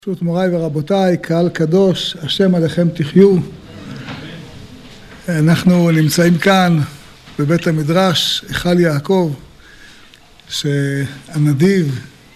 ברשות מוריי ורבותיי, קהל קדוש, השם עליכם תחיו. אנחנו נמצאים כאן בבית המדרש, היכל יעקב, שהנדיב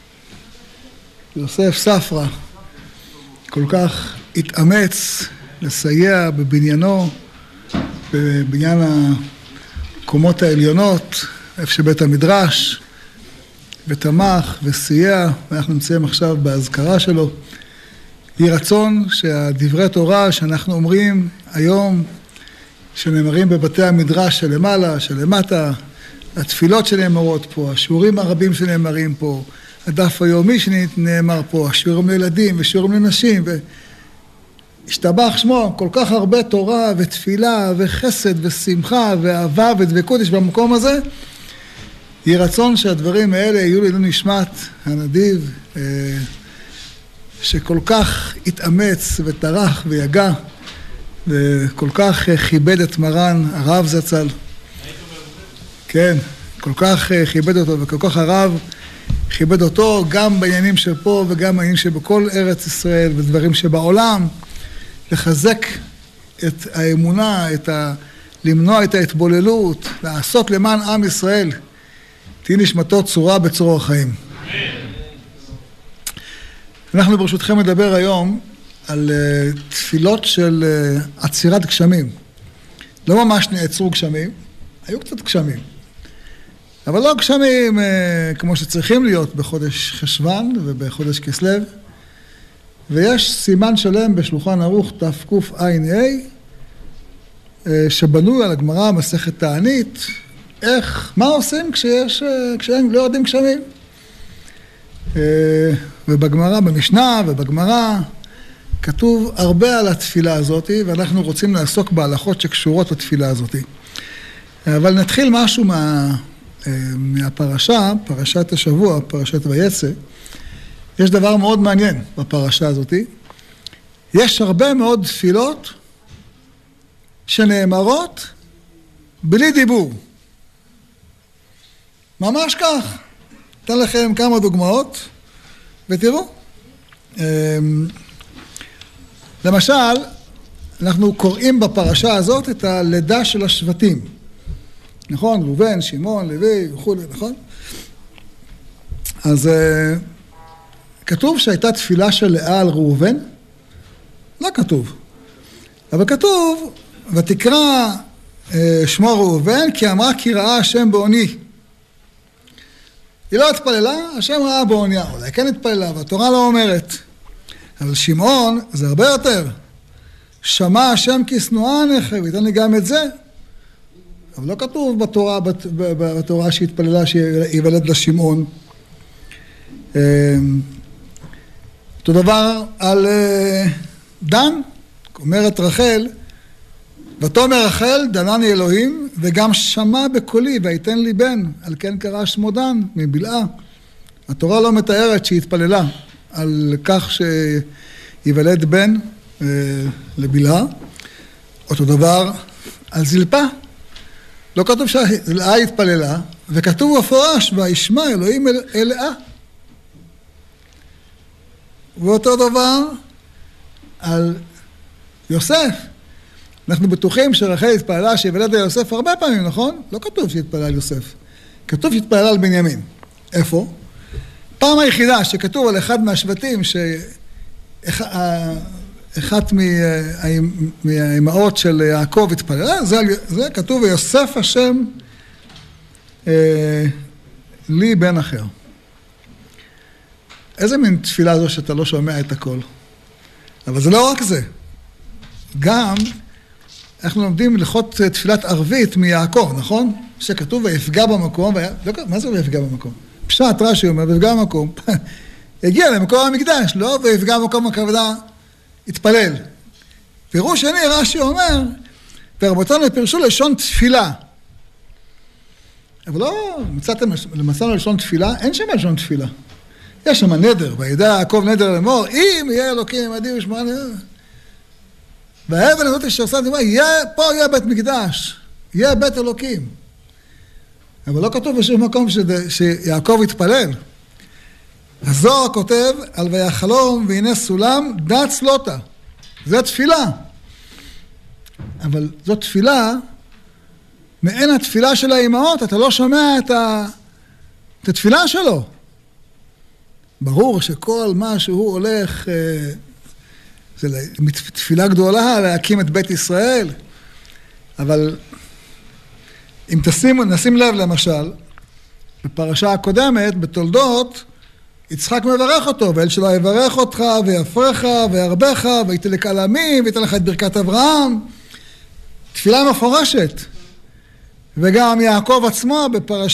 יוסף ספרא כל כך התאמץ לסייע בבניינו, בבניין הקומות העליונות, איפה שבית המדרש, ותמך וסייע, ואנחנו נמצאים עכשיו בהזכרה שלו. יהי רצון שהדברי תורה שאנחנו אומרים היום, שנאמרים בבתי המדרש שלמעלה, שלמטה, התפילות שנאמרות פה, השיעורים הרבים שנאמרים פה, הדף היומי שנאמר פה, השיעורים לילדים ושיעורים לנשים, והשתבח שמו, כל כך הרבה תורה ותפילה וחסד ושמחה ואהבה ודבקות יש במקום הזה. יהי רצון שהדברים האלה יהיו לנו נשמת הנדיב, שכל כך התאמץ וטרח ויגע, וכל כך כיבד את מרן הרב זצ"ל. כן, כל כך כיבד אותו, וכל כך הרב כיבד אותו גם בעניינים של פה וגם בעניינים שבכל ארץ ישראל ודברים שבעולם, לחזק את האמונה, למנוע את ההתבוללות, לעשות למען עם ישראל. תהי נשמתו צורה בצרור החיים. אנחנו ברשותכם נדבר היום על תפילות של עצירת גשמים. לא ממש נעצרו גשמים, היו קצת גשמים. אבל לא גשמים כמו שצריכים להיות בחודש חשוון ובחודש כסלו. ויש סימן שלם בשולחן ערוך תקע"ה שבנוי על הגמרא מסכת תענית, מה עושים כשהם לא יודעים גשמים? ובגמרא, במשנה ובגמרא, כתוב הרבה על התפילה הזאת, ואנחנו רוצים לעסוק בהלכות שקשורות לתפילה הזאת. אבל נתחיל משהו מהפרשה, פרשת השבוע, פרשת ויצא. יש דבר מאוד מעניין בפרשה הזאת. יש הרבה מאוד תפילות שנאמרות בלי דיבור. ממש כך. אתן לכם כמה דוגמאות, ותראו. למשל, אנחנו קוראים בפרשה הזאת את הלידה של השבטים. נכון? ראובן, שמעון, לוי וכו', נכון? אז כתוב שהייתה תפילה של לאה על ראובן? לא כתוב. אבל כתוב, ותקרא שמו ראובן, כי אמרה כי ראה השם בעוני. היא לא התפללה, השם ראה בעוניה, אולי כן התפללה, והתורה לא אומרת. אבל שמעון זה הרבה יותר. שמע השם כי שנואנך, ויתן לי גם את זה. אבל לא כתוב בתורה שהתפללה שיוולד לשמעון. אותו דבר על דן, אומרת רחל, ותאמר רחל דנני אלוהים, וגם שמע בקולי ויתן לי בן, על כן קרא שמו דן מבלעה. התורה לא מתארת שהיא התפללה על כך שיוולד בן לבלעה. אותו דבר על זלפה. לא כתוב שלאה התפללה, וכתוב בפורש וישמע אלוהים אל לאה. ואותו דבר על יוסף. אנחנו בטוחים שרחל התפללה שיוולד על יוסף הרבה פעמים, נכון? לא כתוב שהתפללה על יוסף. כתוב שהתפללה על בנימין. איפה? פעם היחידה שכתוב על אחד מהשבטים, אחת מהאימהות של יעקב התפללה, זה כתוב ויוסף השם לי בן אחר. איזה מין תפילה זו שאתה לא שומע את הכל? אבל זה לא רק זה. גם אנחנו לומדים הלכות תפילת ערבית מיעקב, נכון? שכתוב ויפגע במקום, מה זה ויפגע במקום? פשט רש"י אומר ויפגע במקום. הגיע למקום המקדש, לא ויפגע במקום הכוונה, התפלל. פירוש שני רש"י אומר, ורבותינו פירשו לשון תפילה. אבל לא, מצאנו לשון תפילה, אין שם לשון תפילה. יש שם נדר, וידע יעקב נדר לאמור, אם יהיה אלוקים עמדי ושמוע נדר. והאבן הזאת שעושה דברה, פה יהיה בית מקדש, יהיה בית אלוקים. אבל לא כתוב בשום מקום שיעקב התפלל. הזוהר כותב על ויחלום והנה סולם דת סלוטה. זה תפילה. אבל זאת תפילה, מעין התפילה של האימהות, אתה לא שומע את התפילה שלו. ברור שכל מה שהוא הולך, זה תפילה גדולה להקים את בית ישראל, אבל אם נשים לב למשל, בפרשה הקודמת, בתולדות, יצחק מברך אותו, ואל שלו יברך אותך ויפרך וירבך ויתן לך עלמים ויתן לך את ברכת אברהם. תפילה מפורשת. וגם יעקב עצמו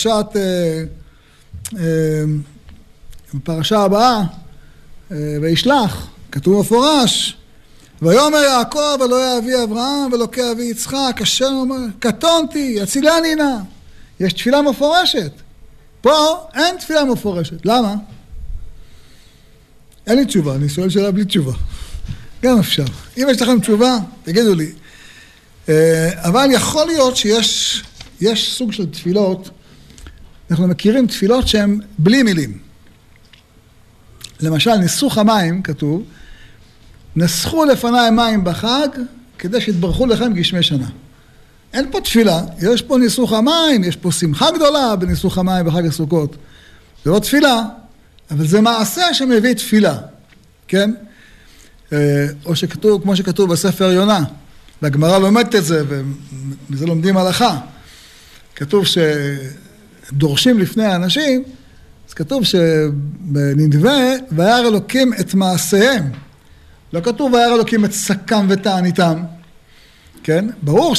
בפרשה הבאה, וישלח, כתוב מפורש, ויאמר יעקב אלוהי אבי אברהם ואלוקי אבי יצחק, אשר אומר, קטונתי, הצילני נא. יש תפילה מפורשת. פה אין תפילה מפורשת. למה? אין לי תשובה, אני שואל שאלה בלי תשובה. גם אפשר. אם יש לכם תשובה, תגידו לי. אבל יכול להיות שיש סוג של תפילות, אנחנו מכירים תפילות שהן בלי מילים. למשל, ניסוך המים, כתוב, נסחו לפניי מים בחג, כדי שיתברכו לכם גשמי שנה. אין פה תפילה, יש פה ניסוך המים, יש פה שמחה גדולה בניסוך המים בחג הסוכות. זה לא תפילה, אבל זה מעשה שמביא תפילה, כן? או שכתוב, כמו שכתוב בספר יונה, והגמרא לומדת את זה, ומזה לומדים הלכה. כתוב שדורשים לפני האנשים, אז כתוב שבנדבה, וירא אלוקים את מעשיהם. לא כתוב וירא אלוקים את שקם ותעניתם. כן? ברור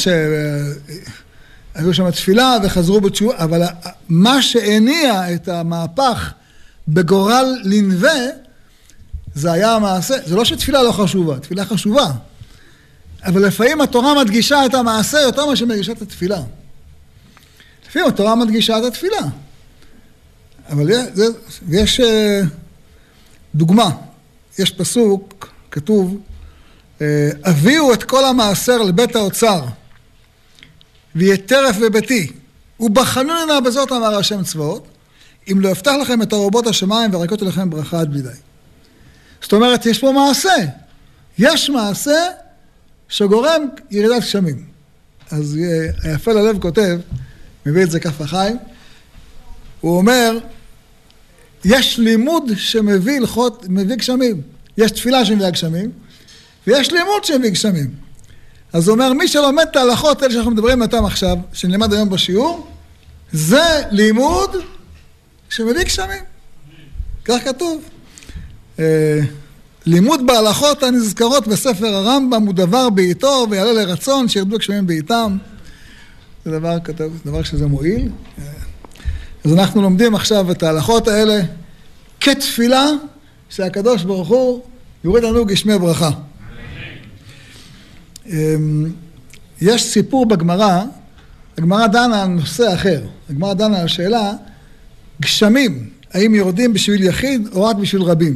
שהיו שם תפילה וחזרו בתשובה, אבל מה שהניע את המהפך בגורל לנווה, זה היה המעשה. זה לא שתפילה לא חשובה, תפילה חשובה. אבל לפעמים התורה מדגישה את המעשה יותר מה שמדגישה את התפילה. לפעמים התורה מדגישה את התפילה. אבל יש דוגמה, יש פסוק, כתוב, הביאו את כל המעשר לבית האוצר, ויהיה טרף בביתי, ובחנו לנה בזאת אמר השם צבאות, אם לא יפתח לכם את ארובות השמיים ורקות לכם ברכה עד בלי די. זאת אומרת, יש פה מעשה. יש מעשה שגורם ירידת גשמים. אז היפה ללב כותב, מביא את זה כף החיים, הוא אומר, יש לימוד שמביא גשמים. יש תפילה שמביאה גשמים, ויש לימוד שמביא גשמים. אז הוא אומר, מי שלומד את ההלכות האלה שאנחנו מדברים עליהם עכשיו, שנלמד היום בשיעור, זה לימוד שמביא גשמים. כך כתוב. לימוד בהלכות הנזכרות בספר הרמב"ם הוא דבר בעיתו, ויעלה לרצון שירדו גשמים בעיתם. זה דבר כתוב, דבר שזה מועיל. אז אנחנו לומדים עכשיו את ההלכות האלה כתפילה שהקדוש ברוך הוא יוריד לנו גשמי ברכה. יש סיפור בגמרא, הגמרא דנה על נושא אחר. הגמרא דנה על שאלה, גשמים, האם יורדים בשביל יחיד או רק בשביל רבים?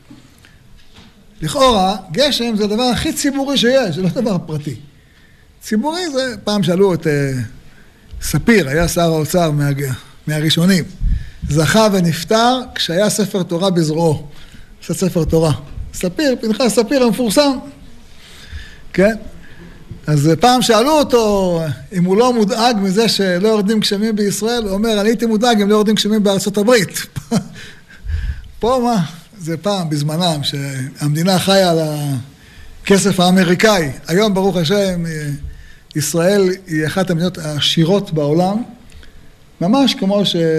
לכאורה, גשם זה הדבר הכי ציבורי שיש, זה לא דבר פרטי. ציבורי זה, פעם שאלו את ספיר, היה שר האוצר מהראשונים, זכה ונפטר כשהיה ספר תורה בזרועו, עשה ספר תורה. ספיר, פנחס ספיר המפורסם, כן? אז פעם שאלו אותו אם הוא לא מודאג מזה שלא יורדים גשמים בישראל, הוא אומר, אני הייתי מודאג אם לא יורדים גשמים בארצות הברית. פה מה? זה פעם בזמנם שהמדינה חיה על הכסף האמריקאי. היום ברוך השם ישראל היא אחת המדינות העשירות בעולם, ממש כמו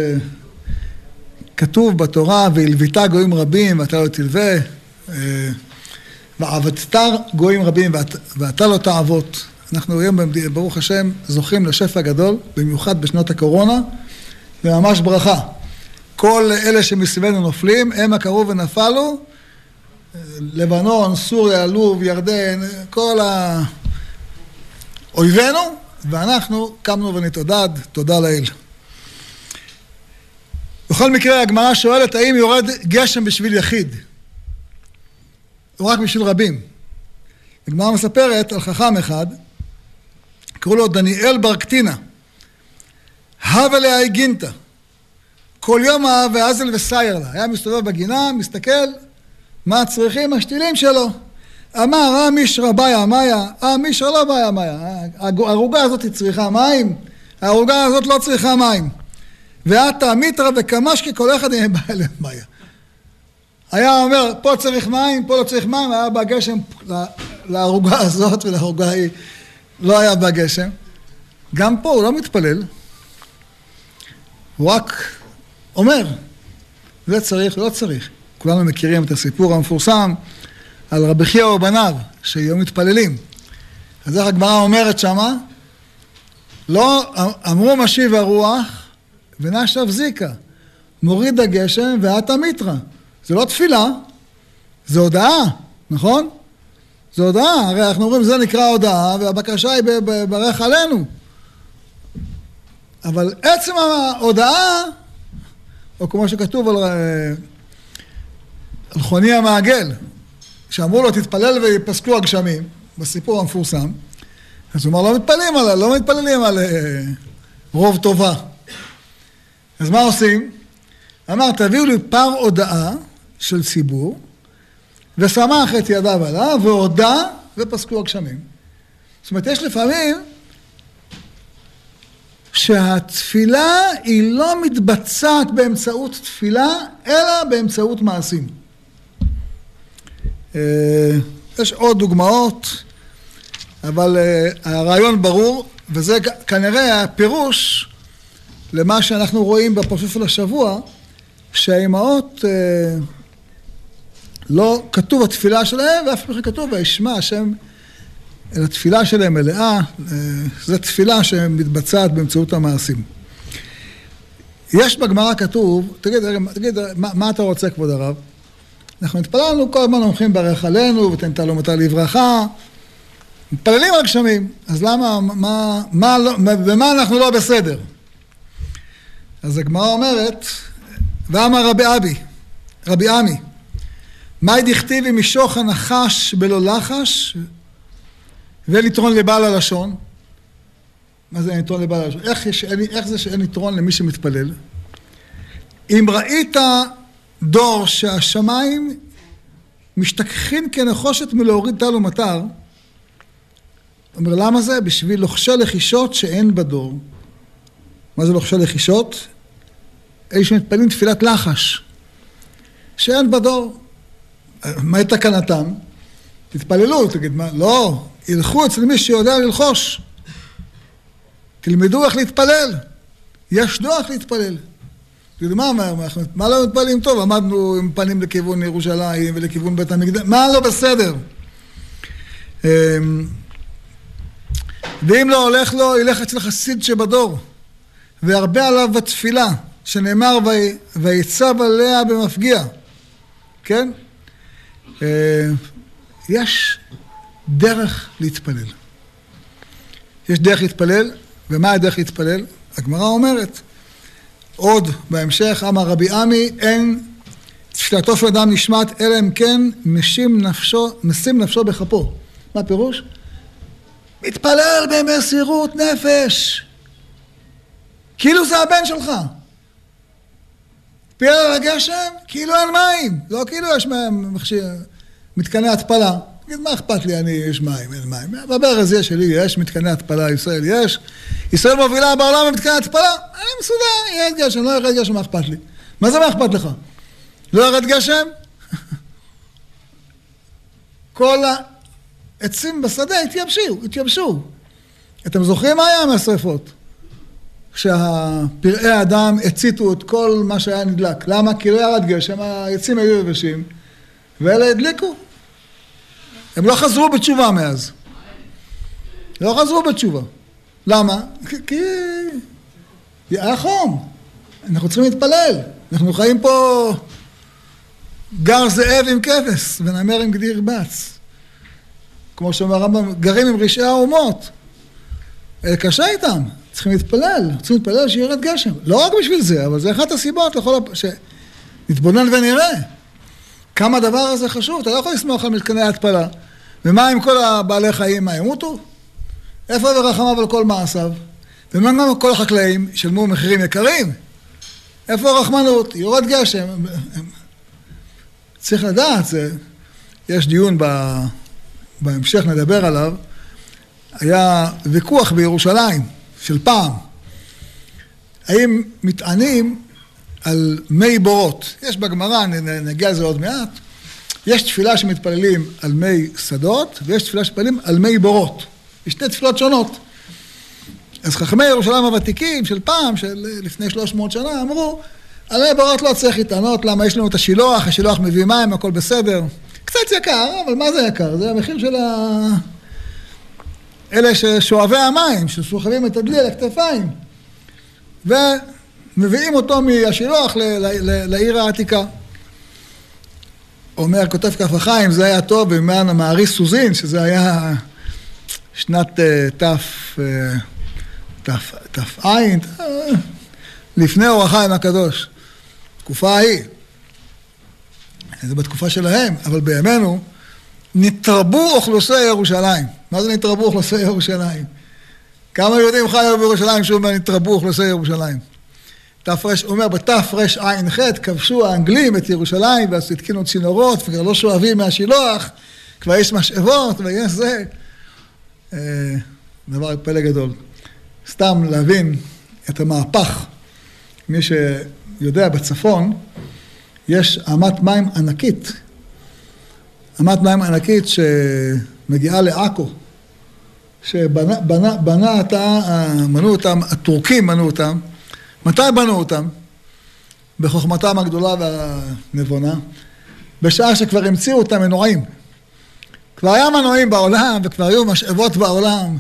שכתוב בתורה, והלווית גויים רבים ואתה לא תלווה, ועבדת גויים רבים ואתה לא תעבוד. אנחנו היום ברוך השם זוכים לשפע גדול, במיוחד בשנות הקורונה, וממש ברכה. כל אלה שמסביבנו נופלים, הם הקרוב ונפלו, לבנון, סוריה, לוב, ירדן, כל אויבינו, ואנחנו קמנו ונתעודד, תודה לאל. בכל מקרה, הגמרא שואלת, האם יורד גשם בשביל יחיד? או רק בשביל רבים? הגמרא מספרת על חכם אחד, קראו לו דניאל בר קטינה, הווה להי גינתא, כל יום ואזל וסייר לה. היה מסתובב בגינה, מסתכל מה צריכים השתילים שלו. אמר, מישרא באיה מאיה, מישרא לא באיה מאיה. הערוגה הזאת היא צריכה מים, הערוגה הזאת לא צריכה מים. ואתה מיתרא וקמשקי כל אחד יהיה בא אליהם מאיה. היה אומר, פה צריך מים, פה לא צריך מים, היה בגשם לערוגה הזאת ולערוגה היא לא היה בגשם. גם פה הוא לא מתפלל, הוא רק אומר, זה צריך, לא צריך. כולנו מכירים את הסיפור המפורסם על רבי חייא ובניו, שהיו מתפללים. אז איך הגמרא אומרת שמה? לא, אמרו משיב הרוח ונשב זיקה, מוריד הגשם ואתה מיתרא. זה לא תפילה, זה הודעה, נכון? זה הודעה, הרי אנחנו אומרים זה נקרא הודעה והבקשה היא ברך עלינו. אבל עצם ההודעה, או כמו שכתוב על חוני המעגל, שאמרו לו תתפלל ויפסקו הגשמים, בסיפור המפורסם, אז הוא אמר לא מתפללים על רוב טובה. אז מה עושים? אמר תביאו לי פר הודעה של ציבור, ושמח את ידיו עליו, והודע ופסקו הגשמים. זאת אומרת, יש לפעמים שהתפילה היא לא מתבצעת באמצעות תפילה, אלא באמצעות מעשים. יש עוד דוגמאות, אבל הרעיון ברור, וזה כנראה הפירוש למה שאנחנו רואים בפרשת של השבוע, שהאימהות לא כתוב התפילה שלהם, ואף פעם כתוב וישמע השם אל התפילה שלהם מלאה, זו תפילה שמתבצעת באמצעות המעשים. יש בגמרא כתוב, תגיד, מה אתה רוצה כבוד הרב? אנחנו מתפללנו, כל הזמן הולכים ברך עלינו, ותן תעלומתה לברכה, מתפללים על גשמים, אז למה, במה אנחנו לא בסדר? אז הגמרא אומרת, ואמר רבי עמי, מהי דכתיבי משוך הנחש בלא לחש, ולתרון לבעל הלשון? מה זה לתרון לבעל הלשון? איך זה שאין לתרון למי שמתפלל? אם ראית דור שהשמיים משתכחין כנחושת מלהוריד טל ומטר, אומר למה זה? בשביל לוחשי לחישות שאין בדור. מה זה לוחשי לחישות? אלה שמתפללים תפילת לחש, שאין בדור. מה את תקנתם? תתפללו, תגיד מה? לא, ילכו אצל מי שיודע ללחוש. תלמדו איך להתפלל. יש דוח להתפלל. תגידו, מה לא מתפללים טוב? עמדנו עם פנים לכיוון ירושלים ולכיוון בית המקדש. מה לא בסדר? ואם לא הולך לו, ילך אצל חסיד שבדור. והרבה עליו בתפילה, שנאמר ויצב עליה במפגיע. כן? יש דרך להתפלל. יש דרך להתפלל, ומה הדרך להתפלל? הגמרא אומרת, עוד בהמשך, אמר רבי עמי, אין תפילתו של אדם נשמעת, אלא אם כן משים נפשו בכפו. מה הפירוש? מתפלל במסירות נפש. כאילו זה הבן שלך. תפיל על הגשם, כאילו אין מים. לא כאילו יש מתקני התפלה. תגיד, מה אכפת לי? יש מים, אין מים. בברז יש שלי, יש מתקני התפלה, ישראל יש. ישראל מובילה בעולם במתקני התפלה. אני מסודר, ירד גשם, לא ירד גשם, מה אכפת לי? מה זה מה אכפת לך? לא ירד גשם? כל העצים בשדה התייבשו. אתם זוכרים מה היה מהשריפות? כשהפראי האדם הציתו את כל מה שהיה נדלק. למה? כי לא ירד גשם, העצים היו יבשים, ואלה הדליקו. הם לא חזרו בתשובה מאז. לא חזרו בתשובה. למה? כי היה חום. אנחנו צריכים להתפלל. אנחנו חיים פה גר זאב עם כבש, ונמר עם גדי ירבץ. כמו שאומר הרמב"ם, גרים עם רשעי האומות. קשה איתם. צריכים להתפלל שירד גשם. לא רק בשביל זה, אבל זה אחת הסיבות שנתבונן ונראה. כמה הדבר הזה חשוב. אתה לא יכול לסמוך על מתקני ההתפלה. ומה עם כל הבעלי חיים? מה, ימותו? איפה ורחמיו על כל מעשיו? ומה גם כל החקלאים שלמו מחירים יקרים? איפה הרחמנות? יורד גשם. צריך לדעת, יש דיון בהמשך נדבר עליו, היה ויכוח בירושלים של פעם. האם מתענים על מי בורות? יש בגמרא, נגיע לזה עוד מעט, יש תפילה שמתפללים על מי שדות, ויש תפילה שמתפללים על מי בורות. יש שתי תפילות שונות. אז חכמי ירושלים הוותיקים של פעם, של לפני 300 שנה, אמרו, על מי בורות לא צריך להתענות, למה יש לנו את השילוח, השילוח מביא מים, הכל בסדר. קצת יקר, אבל מה זה יקר? זה המחיר של אלה ששואבי המים, שסוחבים את הדלי על הכתפיים, ומביאים אותו מהשילוח לעיר העתיקה. אומר, כותב כף החיים, זה היה טוב במען המעריס סוזין, שזה היה שנת תפעין, לפני אור החיים הקדוש, תקופה ההיא. זה בתקופה שלהם, אבל בימינו נתרבו אוכלוסי ירושלים. מה זה נתרבו אוכלוסי ירושלים? כמה יהודים חיו בירושלים שהוא אומר נתרבו אוכלוסי ירושלים? הוא אומר, בתרע"ח כבשו האנגלים את ירושלים, ואז התקינו צינורות, וכבר לא שואבים מהשילוח, כבר יש משאבות, ויש זה. דבר פלא גדול. סתם להבין את המהפך. מי שיודע, בצפון, יש אמת מים ענקית. אמת מים ענקית שמגיעה לעכו, שבנה אותה, מנו אותם, הטורקים מנו אותם. מתי בנו אותם? בחוכמתם הגדולה והנבונה, בשעה שכבר המציאו אותם מנועים. כבר היה מנועים בעולם, וכבר היו משאבות בעולם,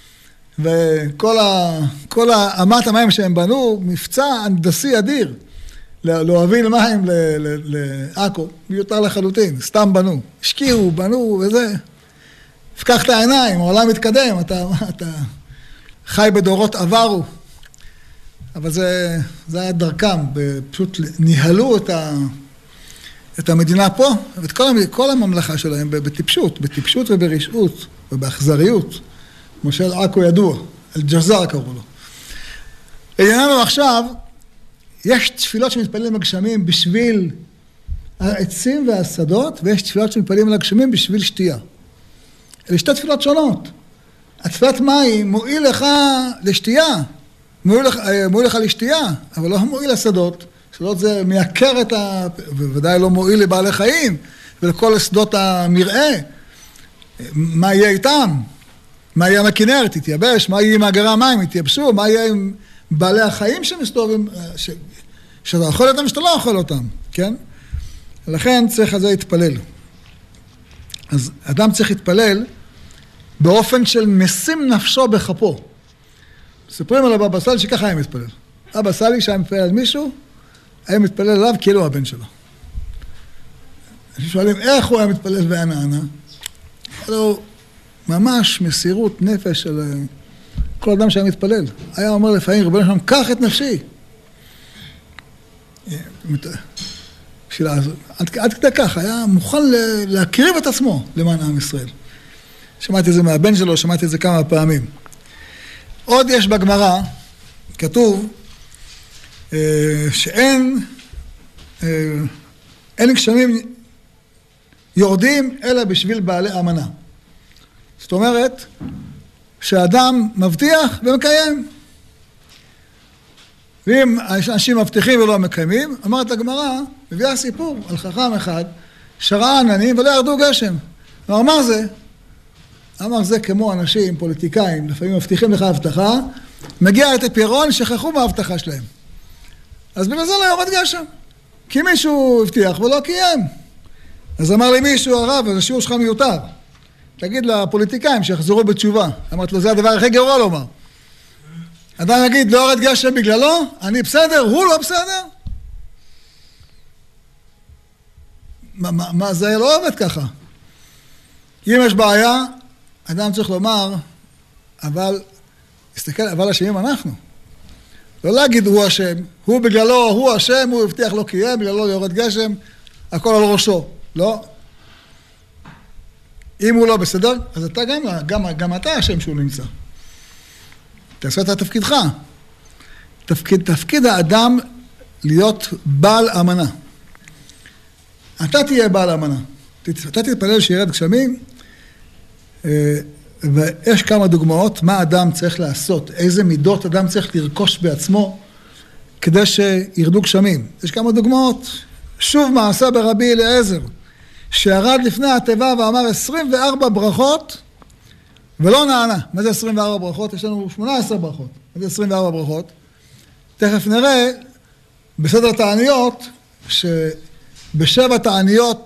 וכל אמת המים שהם בנו, מבצע הנדסי אדיר, להוביל מים לעכו, מיותר לחלוטין, סתם בנו, השקיעו, בנו וזה. פקח את העיניים, העולם מתקדם, אתה חי בדורות עברו. אבל זה היה דרכם, פשוט ניהלו את המדינה פה, ואת כל הממלכה שלהם בטיפשות וברשעות, ובאכזריות. למשל עכו ידוע, אל-ג'זר קראו לו. ענייננו עכשיו, יש תפילות שמתפללים לגשמים בשביל העצים והשדות, ויש תפילות שמתפללים לגשמים בשביל שתייה. אלה שתי תפילות שונות. התפילת מים מועיל לך לשתייה, מועיל לך לשתייה, אבל לא מועיל לשדות. שדות זה מייקר בוודאי לא מועיל לבעלי חיים, ולכל שדות המרעה. מה יהיה איתם? מה יהיה עם הכנרת? תתייבש? מה יהיה עם מאגרי המים? יתייבשו? מה יהיה עם בעלי החיים שמסתובבים? שאתה אוכל אותם, שאתה לא אוכל אותם, כן? לכן צריך על זה להתפלל. אז אדם צריך להתפלל באופן של משים נפשו בכפו. מספרים על הבבא סאלי שככה היה מתפלל. אבא סאלי שהיה מתפלל על מישהו, היה מתפלל עליו כאילו הבן שלו. שואלים איך הוא היה מתפלל וענה. היה לו ממש מסירות נפש של כל אדם שהיה מתפלל. היה אומר לפעמים, רבנו שלום, קח את נפשי. עד כדי כך, היה מוכן להקריב את עצמו למען עם ישראל. שמעתי את זה מהבן שלו, שמעתי את זה כמה פעמים. עוד יש בגמרא, כתוב, שאין גשמים יורדים אלא בשביל בעלי אמנה. זאת אומרת, שהאדם מבטיח ומקיים. ואם אנשים מבטיחים ולא מקיימים, אמרת הגמרא, מביאה סיפור על חכם אחד, שראה עננים ולא ירדו גשם. אמר זה כמו אנשים, פוליטיקאים, לפעמים מבטיחים לך הבטחה, מגיע את הפירון, שכחו מההבטחה שלהם. אז בגלל זה לא יורד גשם. כי מישהו הבטיח ולא קיים. אז אמר לי מישהו, הרב, אז השיעור שלך מיותר. תגיד לפוליטיקאים שיחזרו בתשובה. אמרת לו, זה הדבר הכי גרוע לומר. אדם יגיד, לא יורד גשם בגללו, אני בסדר, הוא לא בסדר. מה זה לא עובד ככה? אם יש בעיה, אדם צריך לומר, אבל, תסתכל, אבל אשמים אנחנו. לא להגיד הוא אשם, הוא בגללו, הוא אשם, הוא הבטיח לא קיים, בגללו יורד גשם, הכל על ראשו. לא. אם הוא לא בסדר, אז אתה גם אתה אשם שהוא נמצא. תעשה את תפקידך. תפקיד האדם להיות בעל אמנה. אתה תהיה בעל אמנה. אתה תתפלל שירד גשמים, ויש כמה דוגמאות מה אדם צריך לעשות, איזה מידות אדם צריך לרכוש בעצמו, כדי שירדו גשמים. יש כמה דוגמאות. שוב מעשה ברבי אליעזר, שירד לפני התיבה ואמר 24 ברכות, ולא נענה. מה זה 24 ברכות? יש לנו 18 ברכות. מה זה 24 ברכות? תכף נראה בסדר תעניות, שבשבע תעניות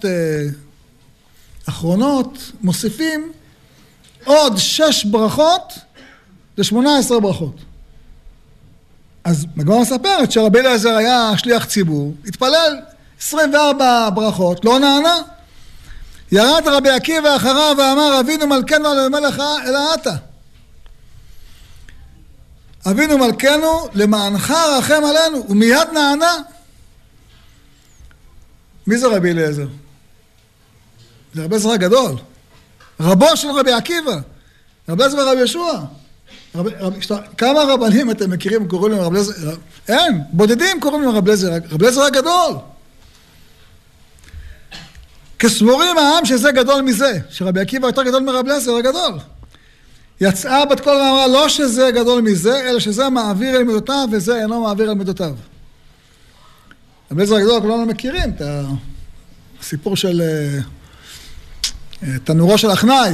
אחרונות מוסיפים עוד 6 ברכות ל-18 ברכות. אז הגמרא מספרת שרבי אליעזר היה שליח ציבור, התפלל 24 ברכות, לא נענה. ירד רבי עקיבא אחריו ואמר, אבינו מלכנו למלך אלא אתה. אבינו מלכנו למענך רחם עלינו, ומיד נענה. מי זה רבי אליעזר? זה רבי אליעזר הגדול. רבו של רבי עקיבא. רבי אליעזר ורבי ישוע. כמה רבנים אתם מכירים קוראים להם רבי אליעזר? אין, בודדים קוראים להם רבי אליעזר. רבי אליעזר הגדול. כסבורים העם שזה גדול מזה, שרבי עקיבא יותר גדול מרבי אליעזר הגדול. יצאה בת קול ואמרה לא שזה גדול מזה, אלא שזה מעביר אל מידותיו וזה אינו מעביר אל מידותיו. רבי אליעזר הגדול כולנו מכירים את הסיפור של תנורו של אחנאי.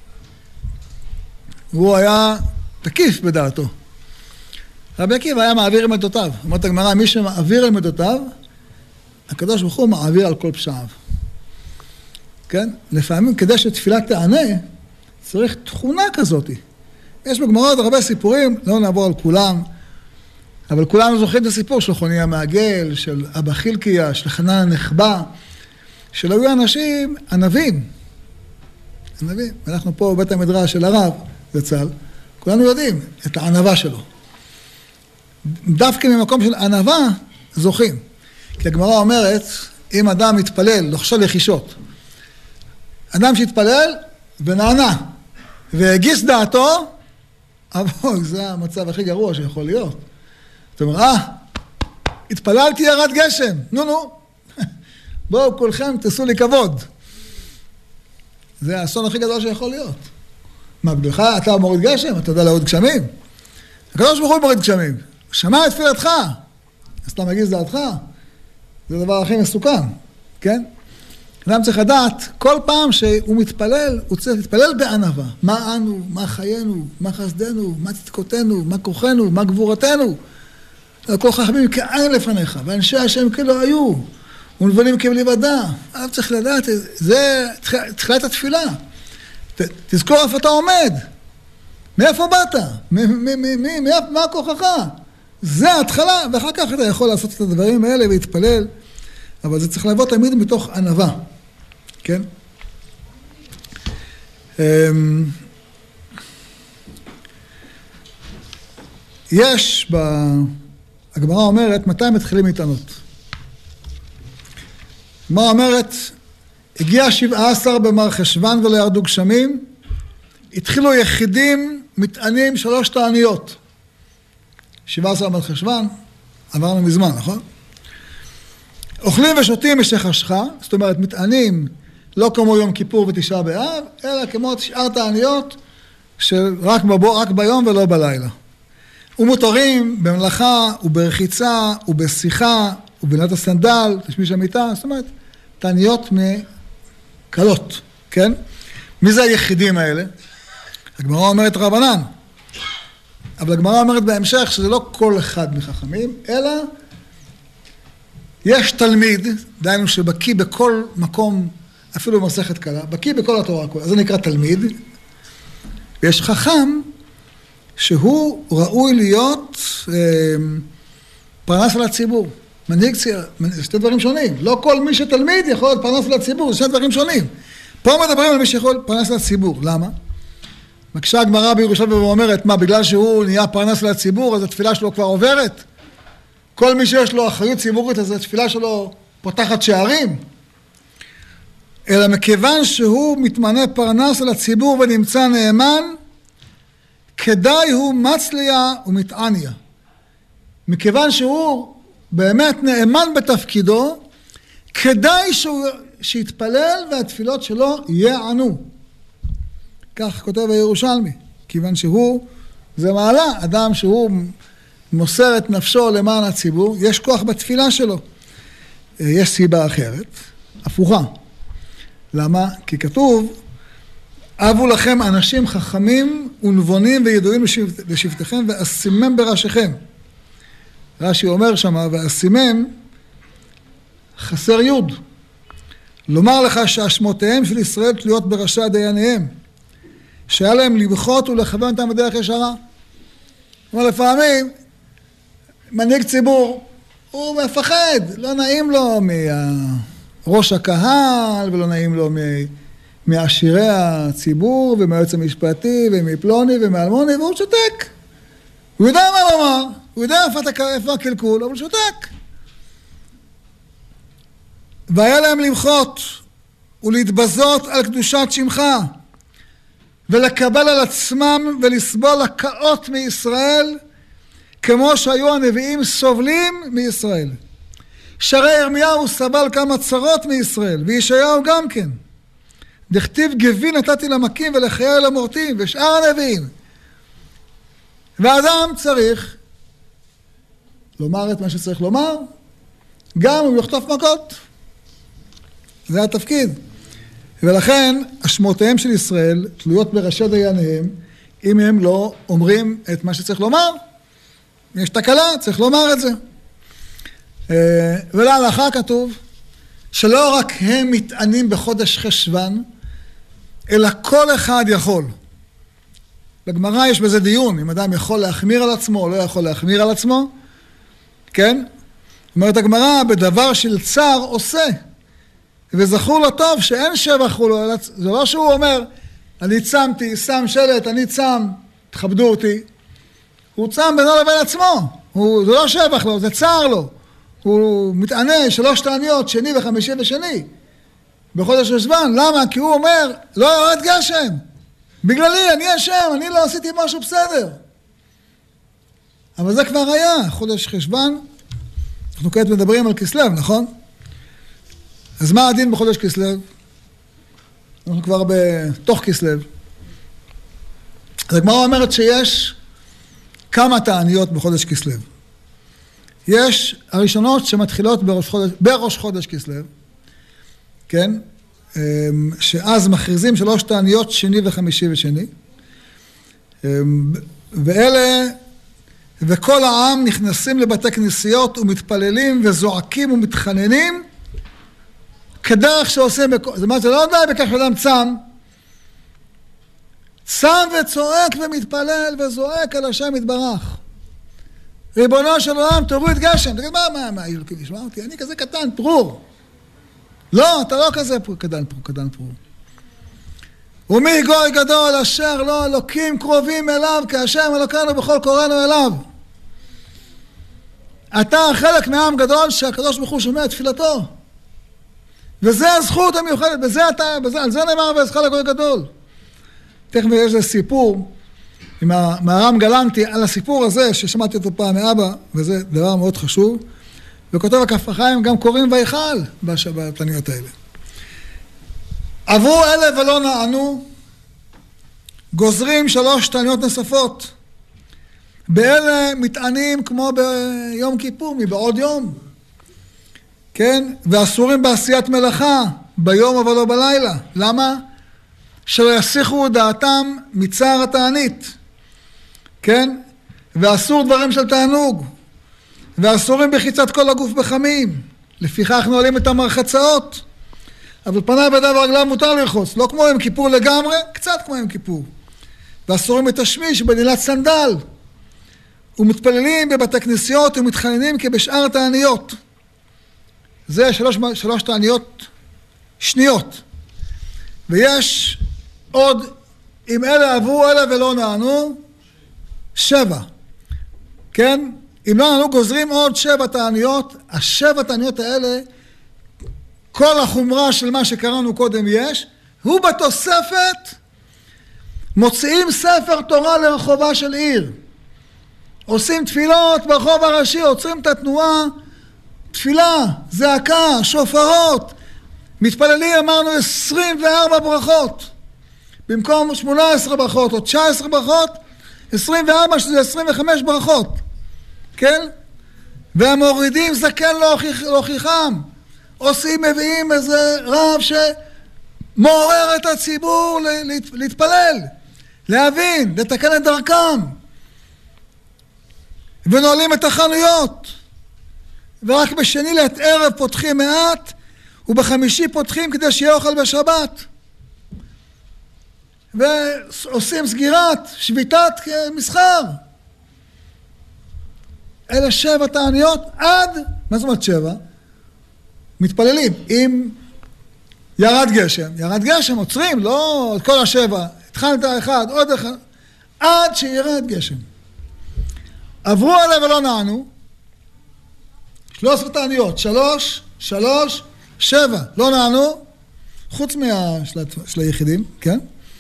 הוא היה תקיף בדעתו. רבי עקיבא היה מעביר אל מידותיו. אומרת הגמרא, מי שמעביר אל מידותיו, הקדוש ברוך הוא מעביר על כל פשעיו. כן? לפעמים כדי שתפילה תענה, צריך תכונה כזאת. יש בגמרות הרבה סיפורים, לא נעבור על כולם, אבל כולנו זוכרים את הסיפור של חוני המעגל, של אבא חילקיה, של חנן הנחבא, של היו אנשים ענבים. ענבים. ואנחנו פה בבית המדרש של הרב, זצ"ל, כולנו יודעים את הענבה שלו. דווקא ממקום של ענבה זוכים. כי הגמרא אומרת, אם אדם מתפלל, לחשוב לחישות, אדם שהתפלל ונענה, והגיס דעתו, אבל זה המצב הכי גרוע שיכול להיות. זאת אומרת, התפללתי ירד גשם, נו, בואו כולכם תעשו לי כבוד. זה האסון הכי גדול שיכול להיות. מה, בגללך אתה מוריד גשם? אתה יודע להוריד גשמים? הקדוש ברוך הוא מוריד גשמים. שמע את תפילתך, אז אתה מגיס דעתך. זה הדבר הכי מסוכן, כן? אדם צריך לדעת, כל פעם שהוא מתפלל, הוא צריך להתפלל בענווה. מה אנו, מה חיינו, מה חסדנו, מה צדקותינו, מה כוחנו, מה גבורתנו. כל חכמים כעין לפניך, ואנשי השם כאילו היו, ונבלים כבלבדה. אדם צריך לדעת, זה תחילת התפילה. תזכור איפה אתה עומד. מאיפה באת? מה כוחך? זה ההתחלה, ואחר כך אתה יכול לעשות את הדברים האלה ולהתפלל. אבל זה צריך לבוא תמיד מתוך ענווה, כן? יש, הגמרא אומרת, מתי מתחילים להתענות? הגמרא אומרת, הגיע 17 במרחשוון ולא ירדו גשמים, התחילו יחידים מתענים 3 תעניות. 17 במרחשוון, עברנו מזמן, נכון? אוכלים ושותים משחשכה, זאת אומרת מתענים לא כמו יום כיפור ותשעה באב, אלא כמו 9 תעניות שרק ביום ולא בלילה. ומותרים במלאכה וברחיצה ובשיחה ובנת הסנדל, תשמיש המיטה, זאת אומרת תעניות מקלות, כן? מי זה היחידים האלה? הגמרא אומרת רבנן, אבל הגמרא אומרת בהמשך שזה לא כל אחד מחכמים, אלא יש תלמיד, דיינו שבקיא בכל מקום, אפילו במסכת קלה, בקיא בכל התורה, אז זה נקרא תלמיד. ויש חכם שהוא ראוי להיות פרנס על הציבור, מנהיג ציבור, זה 2 דברים שונים. לא כל מי שתלמיד יכול להיות פרנס על הציבור, זה 2 דברים שונים. פה מדברים על מי שיכול פרנס על הציבור, למה? מקשה הגמרא בירושלים ואומרת, מה, בגלל שהוא נהיה פרנס על הציבור, אז התפילה שלו כבר עוברת? כל מי שיש לו אחריות ציבורית, אז התפילה שלו פותחת שערים. אלא מכיוון שהוא מתמנה פרנס על הציבור ונמצא נאמן, כדאי הוא מצליה ומתעניה. מכיוון שהוא באמת נאמן בתפקידו, כדאי שיתפלל והתפילות שלו יענו. כך כותב הירושלמי, כיוון שהוא, זה מעלה, אדם שהוא מוסר את נפשו למען הציבור, יש כוח בתפילה שלו. יש סיבה אחרת, הפוכה. למה? כי כתוב, אבו לכם אנשים חכמים ונבונים וידועים לשבטכם ואשימם בראשיכם. רש"י אומר שמה, ואשימם חסר יוד. לומר לך שהשמותיהם של ישראל תלויות בראשי דייניהם, שהיה להם למחות ולכוון אותם בדרך ישרה. אבל לפעמים מנהיג ציבור הוא מפחד, לא נעים לו מראש הקהל ולא נעים לו מעשירי הציבור ומהיועץ המשפטי ומפלוני ומאלמוני, והוא שותק. הוא יודע מה לומר, הוא יודע איפה הקלקול, אבל הוא שותק. והיה להם למחות ולהתבזות על קדושת שמך ולקבל על עצמם ולסבול הקאות מישראל כמו שהיו הנביאים סובלים מישראל. שהרי ירמיהו סבל כמה צרות מישראל, וישעיהו גם כן. דכתיב גבי נתתי למכים ולחיי למורטים, ושאר הנביאים. ואדם צריך לומר את מה שצריך לומר, גם הוא יחטוף מכות. זה התפקיד. ולכן השמותיהם של ישראל תלויות בראשי דייניהם, אם הם לא אומרים את מה שצריך לומר. יש תקלה, צריך לומר את זה. ולהלכה כתוב שלא רק הם מתענים בחודש חשוון, אלא כל אחד יכול. בגמרא יש בזה דיון, אם אדם יכול להחמיר על עצמו או לא יכול להחמיר על עצמו, כן? אומרת הגמרא, בדבר של צער עושה, וזכור לו טוב שאין שבח הוא לו, זה לא שהוא אומר, אני צמתי, שם שלט, אני צם, תכבדו אותי. הוא צם בינו לבין עצמו, זה לא שבח לו, זה צער לו. הוא מתענה 3 תעניות, שני וחמישי ושני, בחודש חשוון. למה? כי הוא אומר, לא יורד גשם. בגללי, אני אשם, אני לא עשיתי משהו בסדר. אבל זה כבר היה, חודש חשוון. אנחנו כעת מדברים על כסלו, נכון? אז מה הדין בחודש כסלו? אנחנו כבר בתוך כסלו. אז הגמרא אומרת שיש כמה תעניות בחודש כסלו. יש הראשונות שמתחילות בראש חודש כסלו, כן? שאז מכריזים 3 תעניות, שני וחמישי ושני. ואלה, וכל העם נכנסים לבתי כנסיות ומתפללים וזועקים ומתחננים, כדרך שעושים, זאת אומרת, זה לא די בכך שאדם צם וצועק ומתפלל וזועק על השם יתברך. ריבונו של עולם, תוריד גשם. תגיד, מה, אלוקים ישמע אותי? אני כזה קטן, פרור. לא, אתה לא כזה קטן פרור. ומי גוי גדול אשר לא אלוקים קרובים אליו, כהשם אלוקינו בכל קוראנו אליו. אתה חלק מעם גדול שהקדוש ברוך הוא שומע את תפילתו. וזה הזכות המיוחדת, על זה נאמר ועזך לגוי גדול. תכף יש איזה סיפור עם מהר"ם גלנטי על הסיפור הזה ששמעתי אותו פעם מאבא, וזה דבר מאוד חשוב, וכותב הכף החיים גם קוראים ויכל בתעניות האלה. עברו אלה ולא נענו, גוזרים 3 תעניות נוספות. באלה מתענים כמו ביום כיפור, מבעוד יום. כן? ואסורים בעשיית מלאכה, ביום אבל לא בלילה. למה? שלא יסיחו דעתם מצער התענית. כן? ואסור דברים של תענוג. ואסורים בחיצת כל הגוף בחמים. לפיכך נועלים את המרחצאות. אבל פניו וידיו ורגליו מותר לרחוץ. לא כמו יום כיפור לגמרי, קצת כמו יום כיפור. ואסורים בתשמיש בנעילת סנדל. ומתפללים בבתי כנסיות ומתחננים כבשאר התעניות. זה 3 תעניות שניות. ויש עוד, אם אלה עברו אלה ולא נענו, 7. כן? אם לא נענו גוזרים עוד 7 תעניות. 7 תעניות האלה, כל החומרה של מה שקראנו קודם יש, הוא בתוספת מוציאים ספר תורה לרחובה של עיר. עושים תפילות ברחוב הראשי, עוצרים את התנועה, תפילה, זעקה, שופרות. מתפללים, אמרנו 24 ברכות. במקום 18 ברכות או 19 ברכות, 24 שזה 25 ברכות. כן? והמורידים זקן להוכיחם. עושים, מביאים איזה רב שמעורר את הציבור להתפלל, להבין, לתקן את דרכם. ונועלים את החנויות. ורק בשני לעת ערב פותחים מעט, ובחמישי פותחים כדי שיהיה אוכל בשבת. ועושים סגירת, שביתת מסחר. אלה 7 תעניות עד, מה זאת אומרת 7? מתפללים. אם ירד גשם, עוצרים, לא את כל 7. התחלת אחד, עוד אחד, עד שירד גשם. עברו עליו ולא נענו, 13 תעניות, 3, 7, לא נענו, חוץ של היחידים, כן?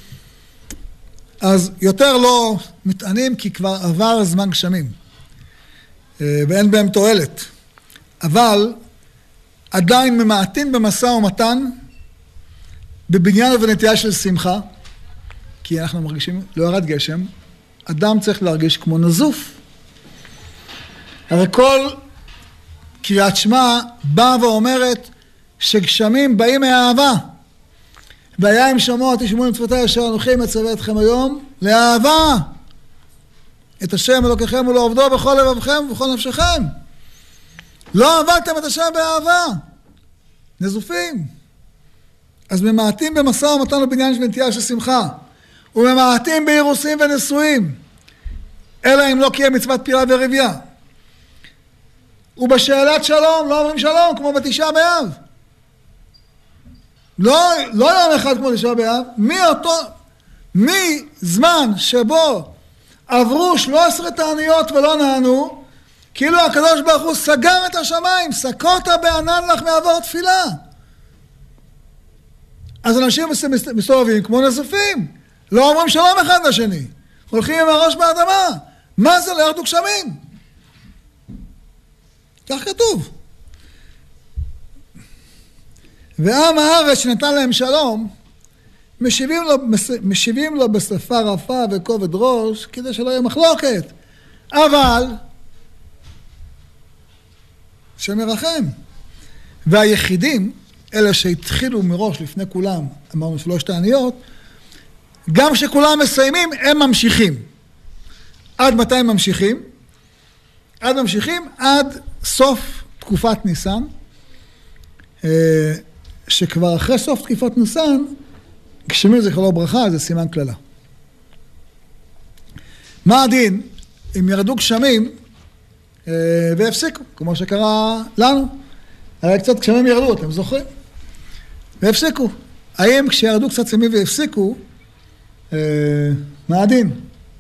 אז יותר לא מתענים כי כבר עבר זמן גשמים, ואין בהם תועלת. אבל עדיין ממעטים במשא ומתן, בבניין ובנטייה של שמחה, כי אנחנו מרגישים, לא ירד גשם, אדם צריך להרגיש כמו נזוף. הרי כל קריאת שמע באה ואומרת שגשמים באים מהאהבה. והיה אם שמוע תשמעו מצוותיי אשר אנוכי מצווה אתכם היום לאהבה את השם אלוקיכם ולעובדו בכל לבבכם ובכל נפשכם. לא עבדתם את השם באהבה, נזופים. אז ממעטים במשא ומתן ובניין של נטייה של שמחה, וממעטים באירוסים ונשואים, אלא אם לא קיים מצוות פירה ורבייה. ובשאלת שלום לא אומרים שלום כמו בתשעה באב. לא יום אחד כמו בתשעה באב, מזמן שבו עברו 13 תעניות ולא נענו, כאילו הקדוש ברוך הוא סגר את השמיים, סקות בענן לך מעבור תפילה. אז אנשים מסתובבים כמו נזופים, לא אומרים שלום אחד לשני, הולכים עם הראש באדמה. מה זה? לא ירדו גשמים. כך כתוב. ועם הארץ שנתן להם שלום, משיבים לו בשפה רפה וכובד ראש, כדי שלא יהיה מחלוקת. אבל שמרחם. והיחידים, אלה שהתחילו מראש לפני כולם, אמרנו 3 תעניות, גם שכולם מסיימים, הם ממשיכים. עד מתי הם ממשיכים? עד סוף תקופת ניסן, שכבר אחרי סוף תקופת ניסן, גשמים זה כבר לא ברכה, זה סימן כללה. מה הדין? אם ירדו גשמים והפסיקו, כמו שקרה לנו. הרי קצת גשמים ירדו, אתם זוכרים? והפסיקו. האם כשירדו קצת גשמים והפסיקו, מה הדין?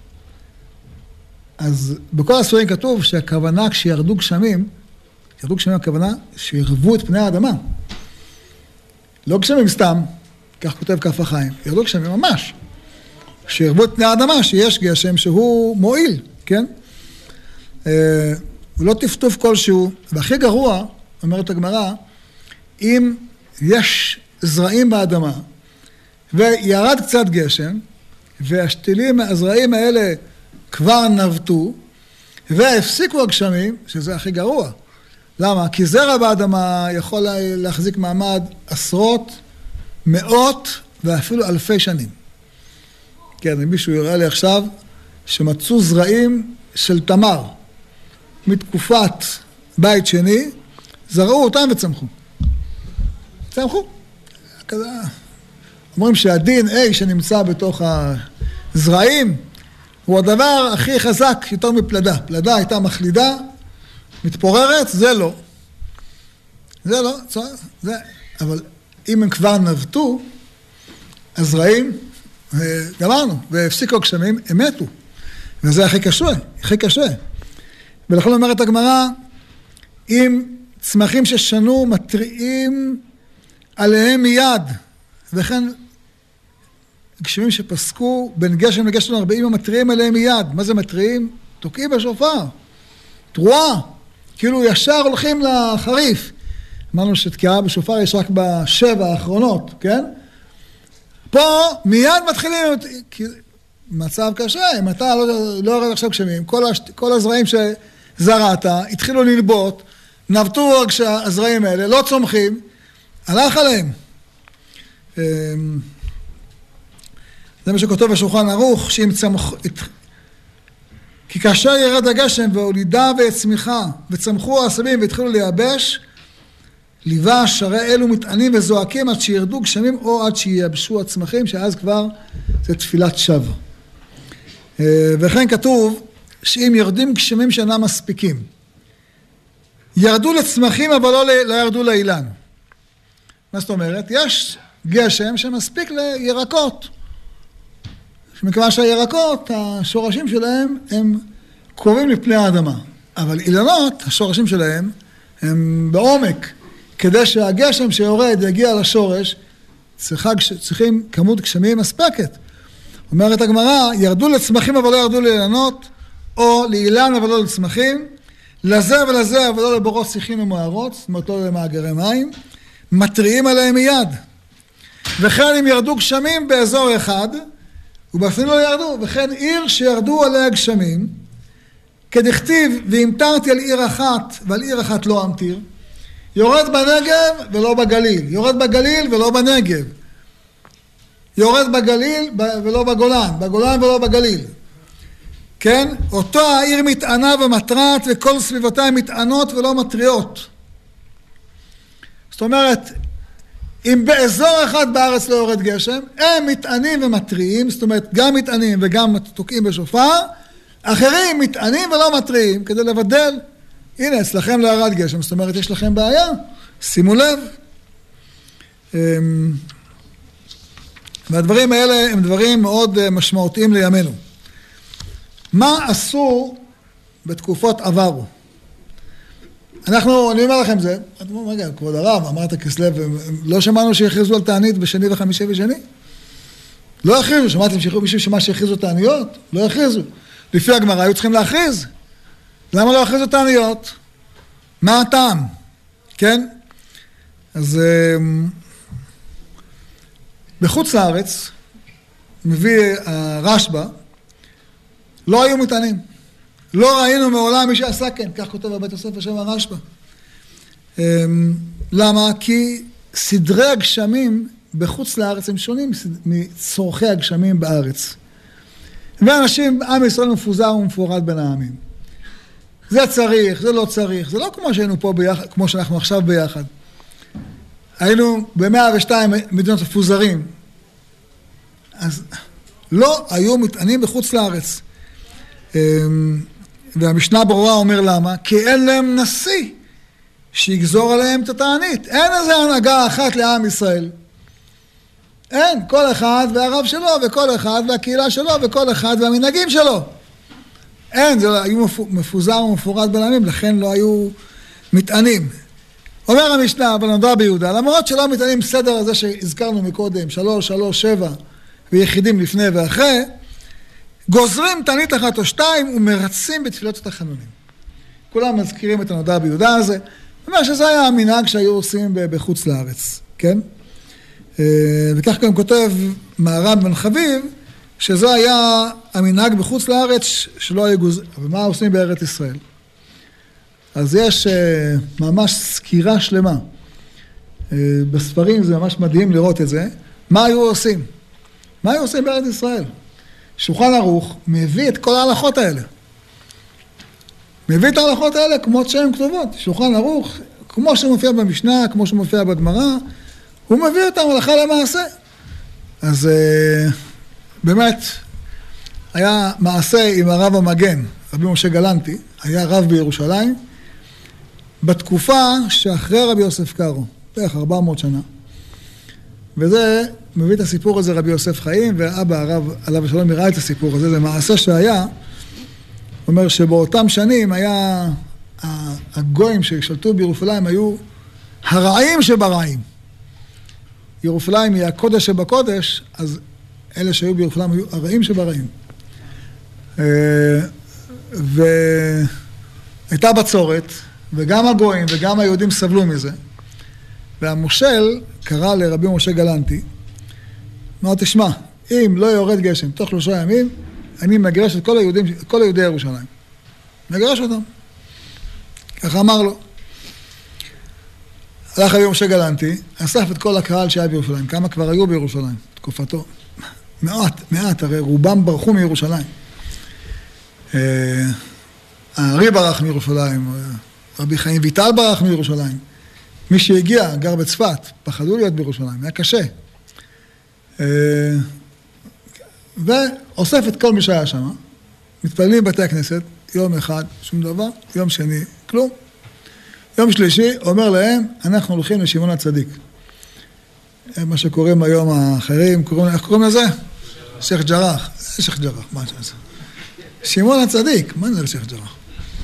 אז בכל הספרים כתוב שהכוונה כשירדו גשמים הכוונה שירבו את פני האדמה. לא גשמים סתם, כך כותב כף החיים, ירדו גשמים ממש. שירבו את פני האדמה, שיש גשם שהוא מועיל, כן? ולא טפטוף כלשהו, והכי גרוע, אומרת הגמרא, אם יש זרעים באדמה, וירד קצת גשם, והשתילים, הזרעים האלה כבר נבטו, והפסיקו הגשמים, שזה הכי גרוע. למה? כי זרע באדמה יכול להחזיק מעמד עשרות, מאות ואפילו אלפי שנים. כן, מישהו יראה לי עכשיו שמצאו זרעים של תמר מתקופת בית שני, זרעו אותם וצמחו. אומרים שה-DNA שנמצא בתוך הזרעים הוא הדבר הכי חזק יותר מפלדה. פלדה הייתה מחלידה, מתפוררת, זה לא. אבל אם הם כבר נבטו, הזרעים, גמרנו, והפסיקו הגשמים, הם מתו. וזה הכי קשה. ולכן אומרת הגמרא, אם צמחים ששנו מטריעים עליהם מיד, וכן גשמים שפסקו בין גשם לגשם 40 המטריעים עליהם מיד. מה זה מטריעים? תוקעים בשופר. תרועה. כאילו ישר הולכים לחריף. אמרנו שתקיעה בשופר יש רק בשבע האחרונות, כן? פה מיד מתחילים, מצב קשה, אם אתה לא יורד עכשיו גשמים, כל הזרעים שזרעת התחילו לנבוט, נבטו הזרעים האלה, לא צומחים, הלך עליהם. זה מה שכותב בשולחן ערוך, כי כאשר ירד הגשם והולידה והצמיחה וצמחו העשבים והתחילו לייבש, ליווה שרי אלו מטענים וזועקים עד שירדו גשמים או עד שייבשו הצמחים, שאז כבר זה תפילת שווא. וכן כתוב שאם יורדים גשמים שאינם מספיקים, ירדו לצמחים אבל לא ירדו לאילן. מה זאת אומרת? יש גשם שמספיק לירקות. מכיוון שהירקות, השורשים שלהם הם קרובים לפני האדמה. אבל אילנות, השורשים שלהם הם בעומק. כדי שהגשם שיורד יגיע לשורש, צריכים כמות גשמים מספקת. אומרת הגמרא, ירדו לצמחים אבל לא ירדו לאילנות, או לאילן אבל לא לצמחים, לזה ולזה אבל לא לבורות שיחים ומערות, זאת אומרת לא למאגרי מים, מטריעים עליהם מיד. וכן אם ירדו גשמים באזור אחד, ובפנים לא ירדו, וכן עיר שירדו עליה גשמים, כדכתיב, והמטרתי על עיר אחת, ועל עיר אחת לא אמטיר, יורד בנגב ולא בגליל, יורד בגליל ולא בנגב, יורד בגליל ולא בגולן, בגולן ולא בגליל. כן? אותו העיר מטענה ומטרת, וכל סביבותיה מטענות ולא מטריות. זאת אומרת, אם באזור אחד בארץ לא יורד גשם, הם מטענים ומטריים, זאת אומרת, גם מטענים וגם תוקעים בשופר, אחרים מטענים ולא מטריים, כדי לבדל, הנה, אצלכם לא ירד גשם, זאת אומרת, יש לכם בעיה, שימו לב. והדברים האלה הם דברים מאוד משמעותיים לימינו. מה עשו בתקופות עברו? אני אומר לכם זה, אתם אומרים, רגע, כבוד הרב, אמרת כסלו, לא שמענו שיכריזו על תענית בשני וחמישי ושני? לא הכריזו, שמעתם מישהו שמה שהכריזו תעניות? לא הכריזו. לפי הגמרא היו צריכים להכריז. למה לא הכריזו תעניות? מה הטעם? כן? אז בחוץ לארץ, מביא הרשב"א, לא היו מטענים. לא ראינו מעולם מי שעשה כן, כך כותב בבית הספר שם הרשב"א. למה? כי סדרי הגשמים בחוץ לארץ הם שונים מצורכי הגשמים בארץ. ואנשים, עם ישראל מפוזר ומפורד בין העמים. זה צריך, זה לא צריך, זה לא כמו שהיינו פה ביחד, כמו שאנחנו עכשיו ביחד. היינו ב-102 מדינות מפוזרים. אז לא היו מטענים בחוץ לארץ. והמשנה ברורה אומר למה? כי אין להם נשיא שיגזור עליהם את התענית. אין איזה הנהגה אחת לעם ישראל. אין, כל אחד והרב שלו, וכל אחד והקהילה שלו, וכל אחד והמנהגים שלו. אין, זה היו מפוזר ומפורד בין העמים, לכן לא היו מטענים. אומר המשנה, בנודע ביהודה, למרות שלא מטענים סדר הזה שהזכרנו מקודם, 3, 3, 7, ויחידים לפני ואחרי, גוזרים תענית אחת או שתיים ומרצים בתפילות התחנונים. כולם מזכירים את הנודע ביהודה הזה, אומר שזה היה המנהג שהיו עושים בחוץ לארץ, כן? וכך גם כותב מהר"ם בן חביב, שזה היה המנהג בחוץ לארץ שלא היו גוזרים, ומה עושים בארץ ישראל? אז יש ממש סקירה שלמה. בספרים זה ממש מדהים לראות את זה. מה היו עושים? מה היו עושים בארץ ישראל? שולחן ערוך מביא את כל ההלכות האלה. מביא את ההלכות האלה כמו שהן כתובות. שולחן ערוך, כמו שמופיע במשנה, כמו שמופיע בגמרא, הוא מביא אותם הלכה למעשה. אז באמת, היה מעשה עם הרב המגן, רבי משה גלנטי, היה רב בירושלים, בתקופה שאחרי רבי יוסף קארו, בערך 400 שנה. וזה מביא את הסיפור הזה רבי יוסף חיים, ואבא הרב עליו השלום יראה את הסיפור הזה, זה מעשה שהיה, אומר שבאותם שנים היה, הגויים ששלטו בירושלים היו הרעים שברעים. ירושלים היא הקודש שבקודש, אז אלה שהיו בירושלים היו הרעים שברעים. והייתה בצורת, וגם הגויים וגם היהודים סבלו מזה. והמושל קרא לרבי משה גלנטי, אמר, תשמע, אם לא יורד גשם תוך 3 ימים, אני מגרש את כל יהודי ירושלים. מגרש אותם. ככה אמר לו. הלך רבי משה גלנטי, אסף את כל הקהל שהיה בירושלים. כמה כבר היו בירושלים? תקופתו. מעט, הרי רובם ברחו מירושלים. הארי ברח מירושלים, רבי חיים ויטל ברח מירושלים. מי שהגיע, גר בצפת, פחדו להיות בירושלים, היה קשה. ואוסף את כל מי שהיה שם, מתפללים בבתי הכנסת, יום אחד, שום דבר, יום שני, כלום. יום שלישי, אומר להם, אנחנו הולכים לשמעון הצדיק. מה שקוראים היום האחרים, איך קוראים לזה? שייח ג'רח. שייח ג'רח, מה זה? שמעון הצדיק, מה זה שייח ג'רח?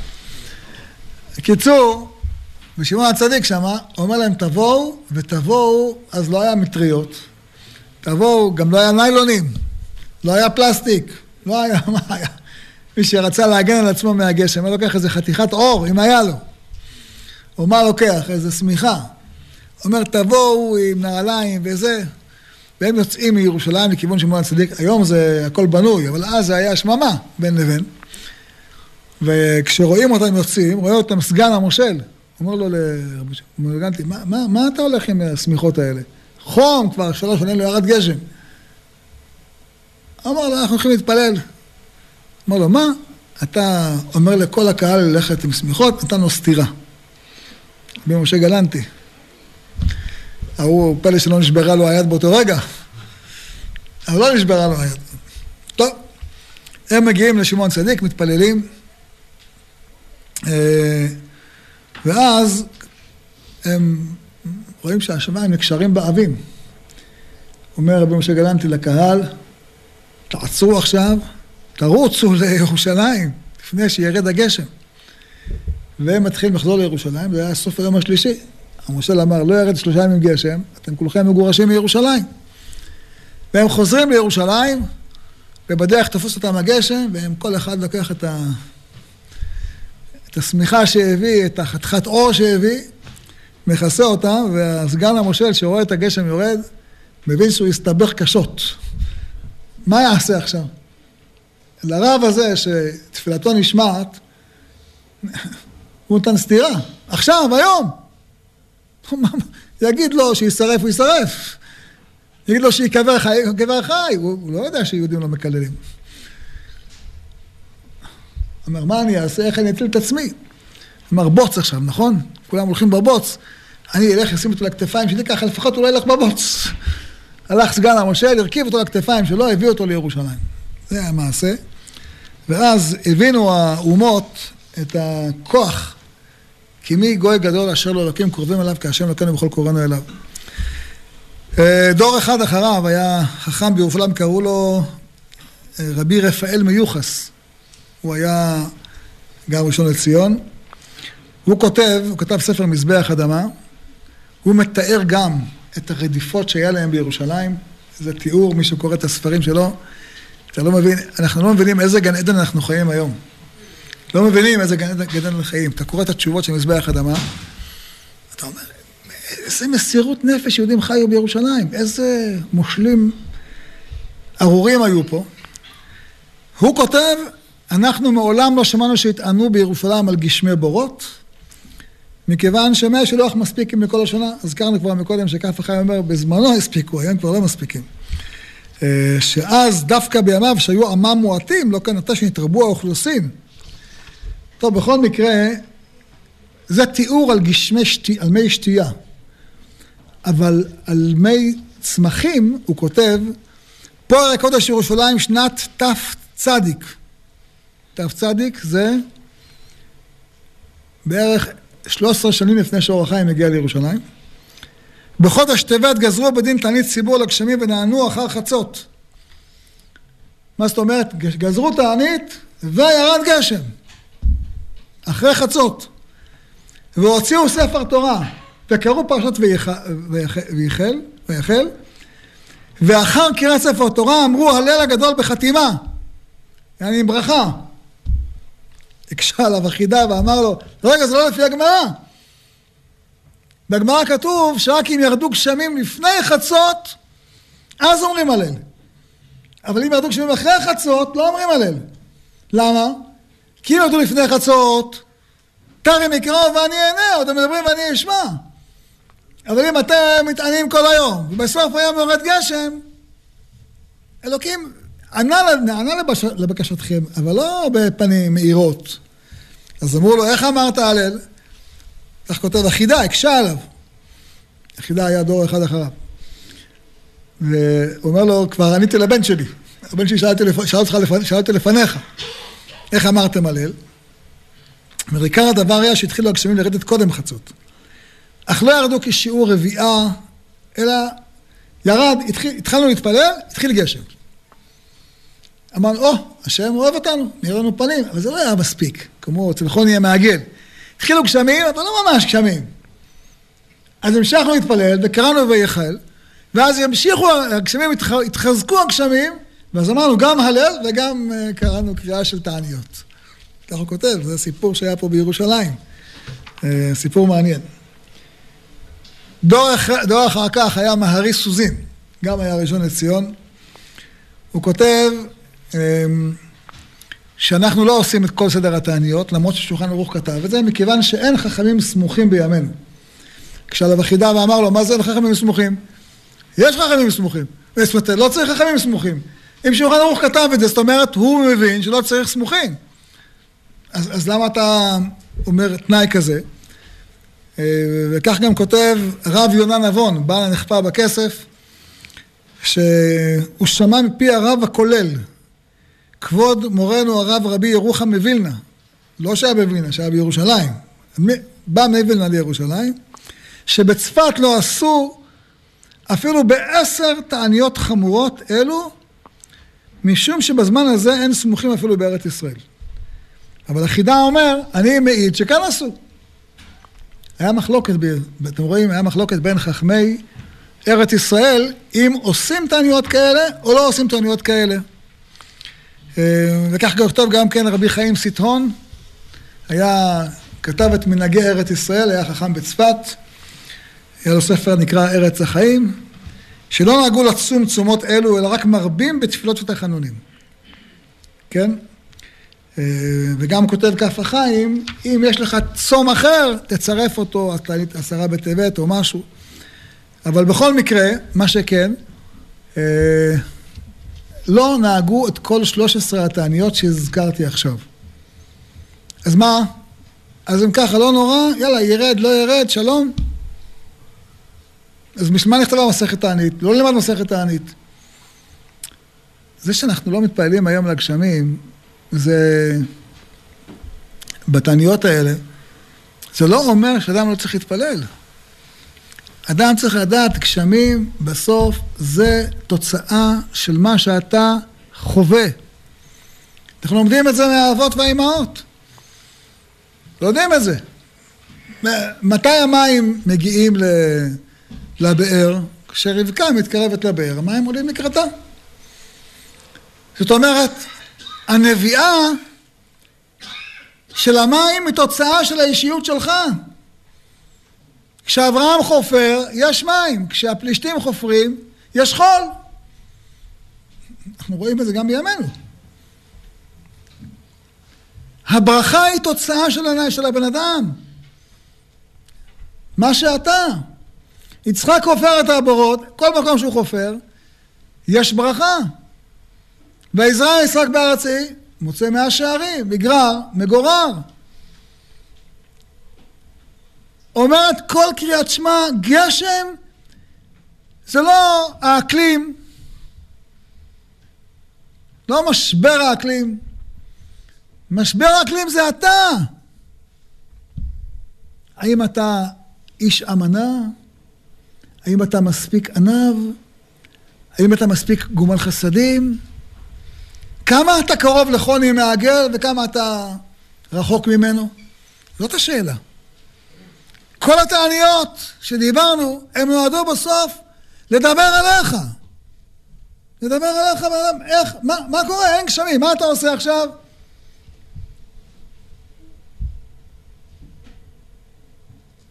קיצור, בשמעון הצדיק שמה, אומר להם, תבואו, אז לא היה מטריות. תבואו, גם לא היה ניילונים, לא היה פלסטיק, לא היה, מה היה? מי שרצה להגן על עצמו מהגשם, הוא לוקח איזה חתיכת אור, אם היה לו. הוא מה לוקח? איזה סמיכה. אומר, תבואו עם נעליים וזה. והם יוצאים מירושלים לכיוון שמעון הצדיק. היום זה הכל בנוי, אבל אז זה היה שממה בין לבין. וכשרואים אותם יוצאים, רואה אותם סגן המושל. אומר לו לרבי גלנטי, מה אתה הולך עם הסמיכות האלה? חום כבר 3 שנים לא ירד גשם. אמר לו, אנחנו הולכים להתפלל. אמר לו, מה? אתה אומר לכל הקהל ללכת עם סמיכות, נתן לו סתירה. רבי משה גלנטי. הוא פלא שלא נשברה לו היד באותו רגע. אבל לא נשברה לו היד. טוב, הם מגיעים לשמעון צדיק, מתפללים. ואז הם רואים שהשמיים נקשרים באבים. אומר רבי משה גלנטי לקהל, תעצרו עכשיו, תרוצו לירושלים, לפני שירד הגשם. והם מתחילים לחזור לירושלים, זה היה סוף היום השלישי. המושל אמר, לא ירד 3 ימים גשם, אתם כולכם מגורשים מירושלים. והם חוזרים לירושלים, ובדרך תפוס אותם הגשם, והם כל אחד לוקח את הסמיכה שהביא, את החתיכת אור שהביא, מכסה אותם, והסגן המושל שרואה את הגשם יורד, מבין שהוא יסתבך קשות. מה יעשה עכשיו? לרב הזה שתפילתו נשמעת, הוא נתן סתירה. עכשיו, היום. יגיד לו שישרף, הוא ישרף. יגיד לו שיקבר חי, הוא קבר חי. הוא לא יודע שיהודים לא מקללים. אמר, מה אני אעשה? איך אני אציל את עצמי? אמר, בוץ עכשיו, נכון? כולם הולכים בבוץ. אני אלך, אשים אותו לכתפיים שלי, ככה לפחות הוא לא ילך בבוץ. הלך סגן המושל, הרכיב אותו לכתפיים שלו, הביא אותו לירושלים. זה היה מעשה. ואז הבינו האומות את הכוח, כי מי גוי גדול אשר לא אלוקים קרובים אליו, כי השם אלוקינו בכל קוראנו אליו. דור אחד אחריו היה חכם בירושלים, קראו לו רבי רפאל מיוחס. הוא היה גם ראשון לציון. הוא כותב ספר מזבח אדמה. הוא מתאר גם את הרדיפות שהיה להם בירושלים. זה תיאור, מי שקורא את הספרים שלו. אתה לא מבין, אנחנו לא מבינים איזה גן עדן אנחנו חיים היום. לא מבינים איזה גן עדן אנחנו חיים. אתה קורא את התשובות של מזבח אדמה. אתה אומר, איזה מסירות נפש יהודים חיו בירושלים. איזה מושלים ארורים היו פה. הוא כותב, אנחנו מעולם לא שמענו שהתענו בירושלים על גשמי בורות, מכיוון שמי שלוח מספיקים לכל השנה, הזכרנו כבר מקודם שכף החיים אומר, בזמנו הספיקו, היום כבר לא מספיקים. שאז דווקא בימיו שהיו עמם מועטים, לא כאן נתה שנתרבו האוכלוסין. טוב, בכל מקרה, זה תיאור על על מי שתייה. אבל על מי צמחים, הוא כותב, פה קודש ירושלים שנת תף צדיק. תף צדיק זה בערך 13 שנים לפני שאור החיים הגיע לירושלים. בחודש טבת גזרו בדין תענית ציבור לגשמים ונענו אחר חצות. מה זאת אומרת? גזרו תענית וירד גשם. אחרי חצות. והוציאו ספר תורה. וקראו פרשת ויחל. ואחר קריאת ספר תורה אמרו הלל הגדול בחתימה. יעני עם ברכה. הקשה עליו החידה ואמר לו, רגע, זה לא לפי הגמרא. בגמרא כתוב שרק אם ירדו גשמים לפני חצות, אז אומרים הלל. אבל אם ירדו גשמים אחרי חצות, לא אומרים הלל. למה? כי אם ירדו לפני חצות, תרי מקרוב ואני אענה, עוד מדברים ואני אשמע. אבל אם אתם מתענים כל היום, ובסוף היום יורד גשם, אלוקים ענה לבקשתכם, אבל לא בפנים מאירות. אז אמרו לו, איך אמרת הלל? כך כותב החידה, הקשה עליו. החידה היה דור אחד אחריו. והוא אומר לו, כבר עניתי לבן שלי. הבן שלי שאל אותי לפניך. איך אמרתם הלל? עיקר הדבר היה שהתחילו הגשמים לרדת קודם חצות. אך לא ירדו כשיעור רביעה, אלא ירד, התחלנו להתפלל, התחיל גשם. אמרנו, השם אוהב אותנו, נראה לנו פנים, אבל זה לא היה מספיק, כמו אצל נכון יהיה מעגל. התחילו גשמים, אבל לא ממש גשמים. אז המשכנו להתפלל, וקראנו ויחל, ואז ימשיכו הגשמים, התחזקו הגשמים, ואז אמרנו גם הלל וגם קראנו קריאה של תעניות. כך הוא כותב, זה סיפור שהיה פה בירושלים. סיפור מעניין. דור אחר כך היה מהרי סוזין, גם היה ראשון לציון. הוא כותב שאנחנו לא עושים את כל סדר התעניות, למרות ששולחן ערוך כתב את זה, מכיוון שאין חכמים סמוכים בימינו. כשעליו החידה ואמר לו, מה זה אין חכמים סמוכים? יש חכמים סמוכים. זאת אומרת, לא צריך חכמים סמוכים. אם שולחן ערוך כתב את זה, זאת אומרת, הוא מבין שלא צריך סמוכים. אז למה אתה אומר תנאי כזה? וכך גם כותב רב יונה נבון, בעל הנחפה בכסף, שהוא שמע מפי הרב הכולל, כבוד מורנו הרב רבי ירוחם מווילנה, לא שהיה בווילנה, שהיה בירושלים, בא מווילנה לירושלים, שבצפת לא עשו אפילו ב10 תעניות חמורות אלו, משום שבזמן הזה אין סמוכים אפילו בארץ ישראל. אבל החידה אומר, אני מעיד שכאן עשו. היה מחלוקת, אתם רואים, היה מחלוקת בין חכמי ארץ ישראל, אם עושים תעניות כאלה או לא עושים תעניות כאלה. וכך כתוב גם כן רבי חיים סיטהון, כתב את מנהגי ארץ ישראל, היה חכם בצפת, היה לו ספר נקרא ארץ החיים, שלא נהגו לצום צומות אלו, אלא רק מרבים בתפילות ותחנונים. כן? וגם כותב כף החיים, אם יש לך צום אחר, תצרף אותו, 10 בטבת או משהו. אבל בכל מקרה, מה שכן, לא נהגו את כל 13 התעניות שהזכרתי עכשיו. אז מה? אז אם ככה לא נורא, יאללה, ירד, לא ירד, שלום. אז משמע נכתבה מסכת תענית, לא למד מסכת תענית. זה שאנחנו לא מתפעלים היום לגשמים, זה בתעניות האלה, זה לא אומר שאדם לא צריך להתפלל. אדם צריך לדעת, גשמים בסוף זה תוצאה של מה שאתה חווה. אנחנו לומדים את זה מהאבות והאימהות. לא יודעים את זה. מתי המים מגיעים לבאר? כשרבקה מתקרבת לבאר, המים עולים לקראתה. זאת אומרת, הנביאה של המים היא תוצאה של האישיות שלך. כשאברהם חופר, יש מים. כשהפלישתים חופרים, יש חול. אנחנו רואים את זה גם בימינו. הברכה היא תוצאה של הבן אדם. מה שאתה. יצחק חופר את הבורות, כל מקום שהוא חופר, יש ברכה. ויזרע יצחק בארצי, מוצא 100 שערים, מגרר, מגורר. אומרת כל קריאת שמע, גשם, זה לא האקלים, לא משבר האקלים. משבר האקלים זה אתה. האם אתה איש אמנה? האם אתה מספיק ענב? האם אתה מספיק גומל חסדים? כמה אתה קרוב לחוני מעגל וכמה אתה רחוק ממנו? זאת השאלה. כל התעניות שדיברנו, הם נועדו בסוף לדבר עליך. לדבר עליך, איך, מה קורה? אין גשמים, מה אתה עושה עכשיו?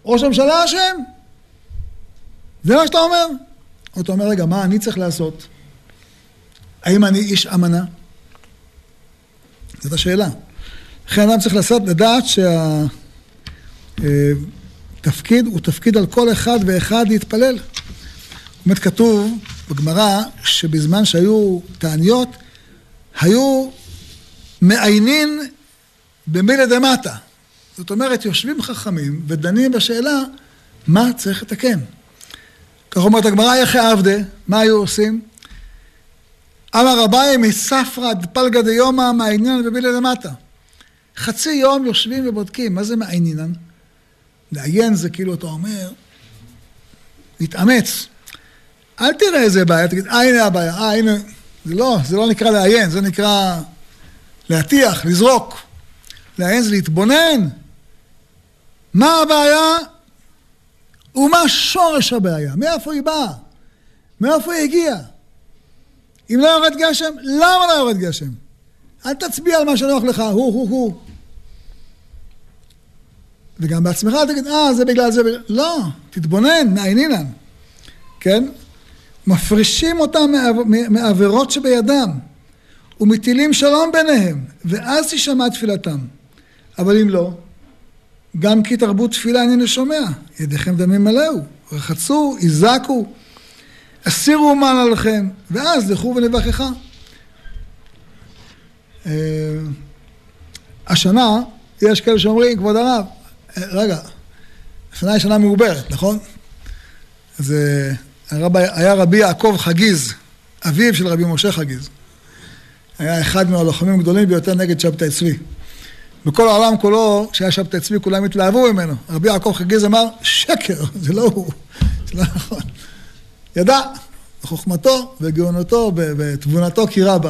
ראש הממשלה אשם? זה מה שאתה אומר? או אתה אומר, רגע, מה אני צריך לעשות? האם אני איש אמנה? זאת השאלה. לכן אדם צריך לדעת שהתפקיד הוא תפקיד על כל אחד ואחד להתפלל. באמת כתוב בגמרא שבזמן שהיו תעניות, היו מעיינין במילה דמטה. זאת אומרת, יושבים חכמים ודנים בשאלה מה צריך לתקן. כך אומרת הגמרא, יחי עבדה, מה היו עושים? אמר רביי מספרא דפלגא דיומא מעיינין במילה דמטה. חצי יום יושבים ובודקים, מה זה מעיינינן? לעיין זה כאילו אתה אומר, להתאמץ. אל תראה איזה בעיה, תגיד, הנה הבעיה, הנה, זה לא נקרא לעיין, זה נקרא להטיח, לזרוק. לעיין זה להתבונן. מה הבעיה? ומה שורש הבעיה? מאיפה היא באה? מאיפה היא הגיעה? אם לא יורד גשם, למה לא יורד גשם? אל תצביע על מה שנוח לך, הוא. וגם בעצמך תגיד, זה בגלל זה, לא, תתבונן, מעיינינן. כן? מפרישים אותם מעבירות שבידם, ומטילים שלום ביניהם, ואז תשמע תפילתם. אבל אם לא, גם כי תרבות תפילה אינני שומע, ידיכם דמים מלאו, רחצו, יזעקו, הסירו מן עליכם, ואז לכו ונברכך. השנה, יש כאלה שאומרים, כבוד הרב, רגע, השנה היא שנה מעוברת, נכון? אז היה רבי יעקב חגיז, אביו של רבי משה חגיז. היה אחד מהלוחמים הגדולים ביותר נגד שבתאי צבי. בכל העולם כולו, כשהיה שבתאי צבי, כולם התלהבו ממנו. רבי יעקב חגיז אמר, שקר, זה לא הוא, זה לא נכון. ידע, בחוכמתו וגאונותו, בתבונתו כי רבה.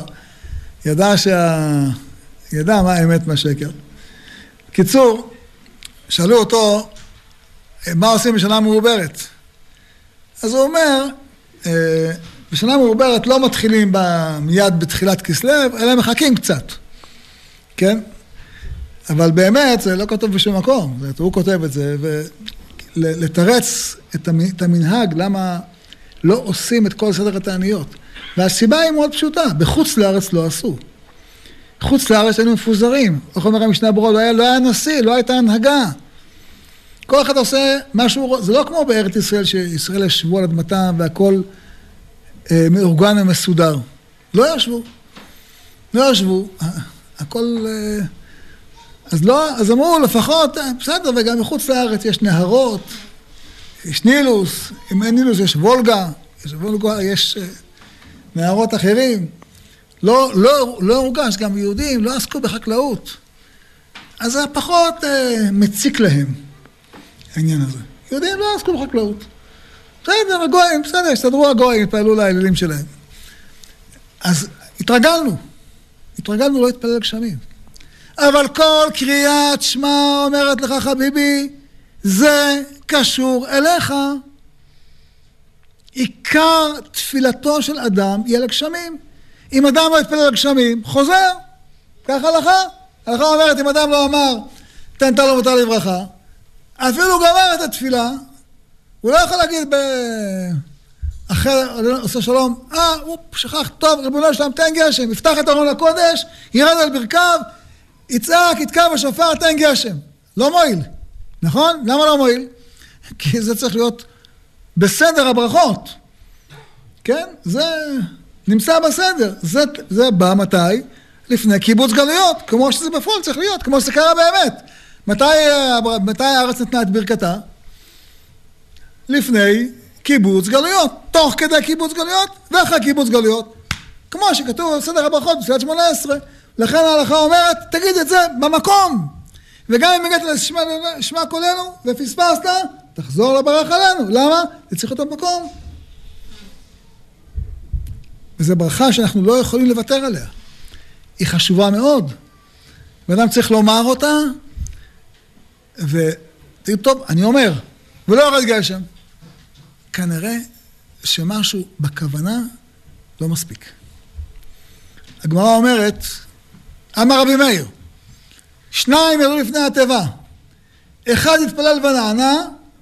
ידע מה האמת מה שקר. קיצור, שאלו אותו, מה עושים בשנה מעוברת? אז הוא אומר, בשנה מעוברת לא מתחילים מיד בתחילת כסלו, אלא מחכים קצת. כן? אבל באמת זה לא כתוב בשום מקום. הוא כותב את זה, ולתרץ את המנהג, למה לא עושים את כל סדר התעניות. והסיבה היא מאוד פשוטה, בחוץ לארץ לא עשו. חוץ לארץ היינו מפוזרים. איך אומר המשנה ברורה, לא היה נשיא, לא הייתה הנהגה. כל אחד עושה משהו, זה לא כמו בארץ ישראל, שישראל ישבו על אדמתם והכל מאורגן ומסודר. לא ישבו, הכל, אז אמרו לפחות, בסדר, וגם מחוץ לארץ יש נהרות, יש נילוס, אם אין נילוס יש וולגה, יש נהרות אחרים. לא הורגש, גם יהודים לא עסקו בחקלאות. אז זה פחות מציק להם, העניין הזה. יהודים לא עסקו בחקלאות. בסדר, הגויים, בסדר, הסתדרו הגויים, התפעלו לאלילים שלהם. אז התרגלנו לא להתפלל גשמים. אבל כל קריאת שמע אומרת לך חביבי, זה קשור אליך. עיקר תפילתו של אדם יהיה לגשמים. אם אדם לא יתפלל לגשמים, חוזר. כך הלכה. הלכה אומרת, אם אדם לא אמר, תן תלו ותל לברכה, אפילו גמר את התפילה, הוא לא יכול להגיד אחר, עושה שלום, שכח, טוב, ריבונו שלם, תן גשם, יפתח את ארון הקודש, ירד על ברכיו, יצעק, יתקע בשופר, תן גשם. לא מועיל, נכון? למה לא מועיל? כי זה צריך להיות בסדר הברכות, כן? זה נמצא בסדר. זה בא מתי? לפני קיבוץ גלויות, כמו שזה בפועל צריך להיות, כמו שזה קרה באמת. מתי הארץ נתנה את ברכתה? לפני קיבוץ גלויות, תוך כדי קיבוץ גלויות ואחרי קיבוץ גלויות, כמו שכתוב בסדר הברכות בתפילת 18. לכן ההלכה אומרת, תגיד את זה במקום, וגם אם הגעת לשמע קולנו ופספסת, תחזור לברך עלינו. למה? זה צריך להיות במקום. וזו ברכה שאנחנו לא יכולים לוותר עליה. היא חשובה מאוד. ואדם צריך לומר אותה, ותראו טוב, אני אומר, ולא יורד גשם. כנראה שמשהו בכוונה לא מספיק. הגמרא אומרת, אמר רבי מאיר, 2 ירדו לפני התיבה, אחד התפלל ונענה,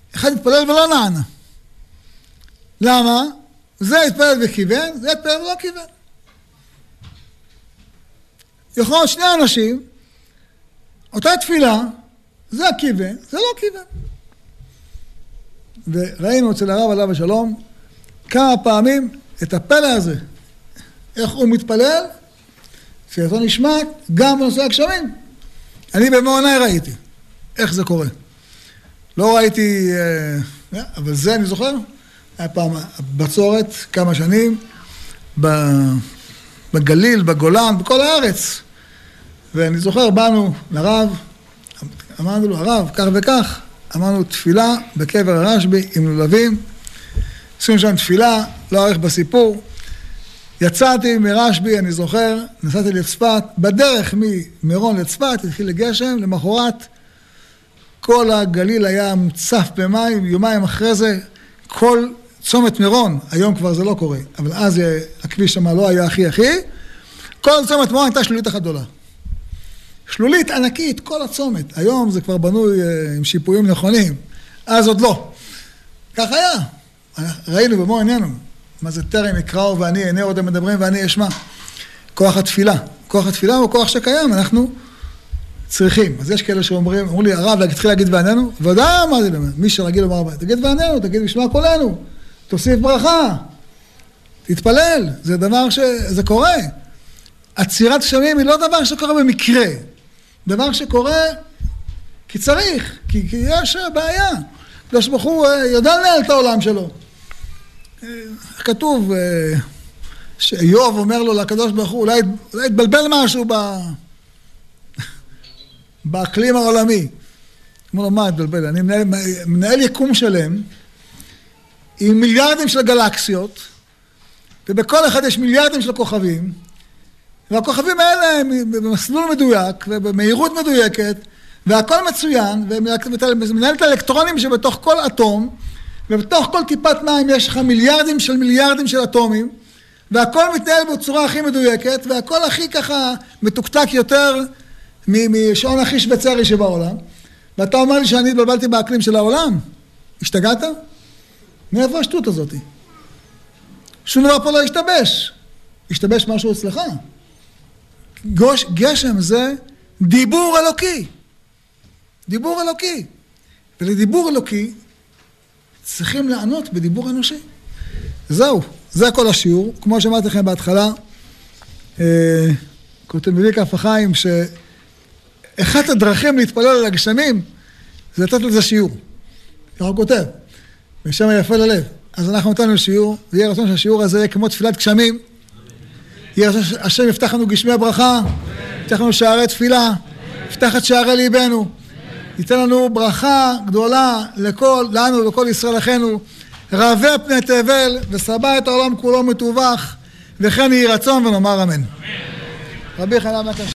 אחד התפלל ולא נענה. למה? זה התפלל וכיוון, זה התפלל ולא כיוון. יכול להיות שני אנשים, אותה תפילה, זה הכיוון, זה לא כיוון. וראינו אצל הרב עליו השלום כמה פעמים את הפלא הזה, איך הוא מתפלל, תפילתו נשמעת גם בנושא הגשמים. אני במו עיניי ראיתי איך זה קורה. לא ראיתי, אבל זה אני זוכר, היה פעם בצורת כמה שנים, בגליל, בגולן, בכל הארץ. ואני זוכר, באנו לרב, אמרנו לו, הרב, כך וכך, אמרנו תפילה בקבר הרשב"י עם לולבים, עשינו שם תפילה, לא אאריך בסיפור, יצאתי מרשב"י, אני זוכר, נסעתי לצפת, בדרך ממירון לצפת, התחיל לגשם, למחרת כל הגליל היה מוצף במים, יומיים אחרי זה, כל צומת מירון, היום כבר זה לא קורה, אבל אז הכביש שם לא היה הכי, כל צומת מירון הייתה שלולית אחת גדולה. שלולית ענקית, כל הצומת. היום זה כבר בנוי עם שיפועים נכונים, אז עוד לא. כך היה. ראינו במו עינינו. מה זה טרם יקראו ואני אענה עוד הם מדברים ואני אשמע. כוח התפילה. כוח התפילה הוא כוח שקיים, אנחנו צריכים. אז יש כאלה שאומרים, אמרו לי, הרב, תתחיל להגיד ועננו, ודאי אמרתי להם, מי שרגיל לומר, תגיד ועננו, תגיד משמע קולנו, תוסיף ברכה, תתפלל, זה דבר שזה קורה. עצירת גשמים היא לא דבר שקורה במקרה, דבר שקורה כי צריך, כי יש בעיה. הקדוש ברוך הוא יודע לנהל את העולם שלו. כתוב שאיוב אומר לו לקדוש ברוך הוא, אולי יתבלבל משהו באקלים העולמי. אומר לו, מה יתבלבל? אני מנהל יקום שלם עם מיליארדים של גלקסיות, ובכל אחד יש מיליארדים של כוכבים, והכוכבים האלה הם במסלול מדויק ובמהירות מדויקת, והכל מצוין, ומנהל את האלקטרונים שבתוך כל אטום, ובתוך כל טיפת מים יש לך מיליארדים של אטומים, והכל מתנהל בצורה הכי מדויקת, והכל הכי ככה מתוקתק יותר משעון הכי שוויצרי שבעולם. ואתה אומר לי שאני התבלבלתי באקלים של העולם? השתגעת? מאיפה השטות הזאת? שום דבר פה לא השתבש. השתבש משהו אצלך. גשם זה דיבור אלוקי. דיבור אלוקי. ולדיבור אלוקי צריכים לענות בדיבור אנושי. זהו, זה כל השיעור. כמו שאמרתי לכם בהתחלה, כותב מביא כף החיים, שאחת הדרכים להתפלל על הגשמים, זה לתת לזה שיעור. ככה הוא כותב, ושם יפה ללב. אז אנחנו נתנו שיעור, ויהיה רצון שהשיעור הזה יהיה כמו תפילת גשמים, יהיה רצון שהשם יפתח לנו גשמי הברכה, יפתח לנו שערי תפילה, יפתח את שערי ליבנו, ייתן לנו ברכה גדולה לנו ולכל ישראל אחינו, רעבי פני תבל וסבא את העולם כולו מטווח, וכן יהי רצון ונאמר אמן. רבי חנן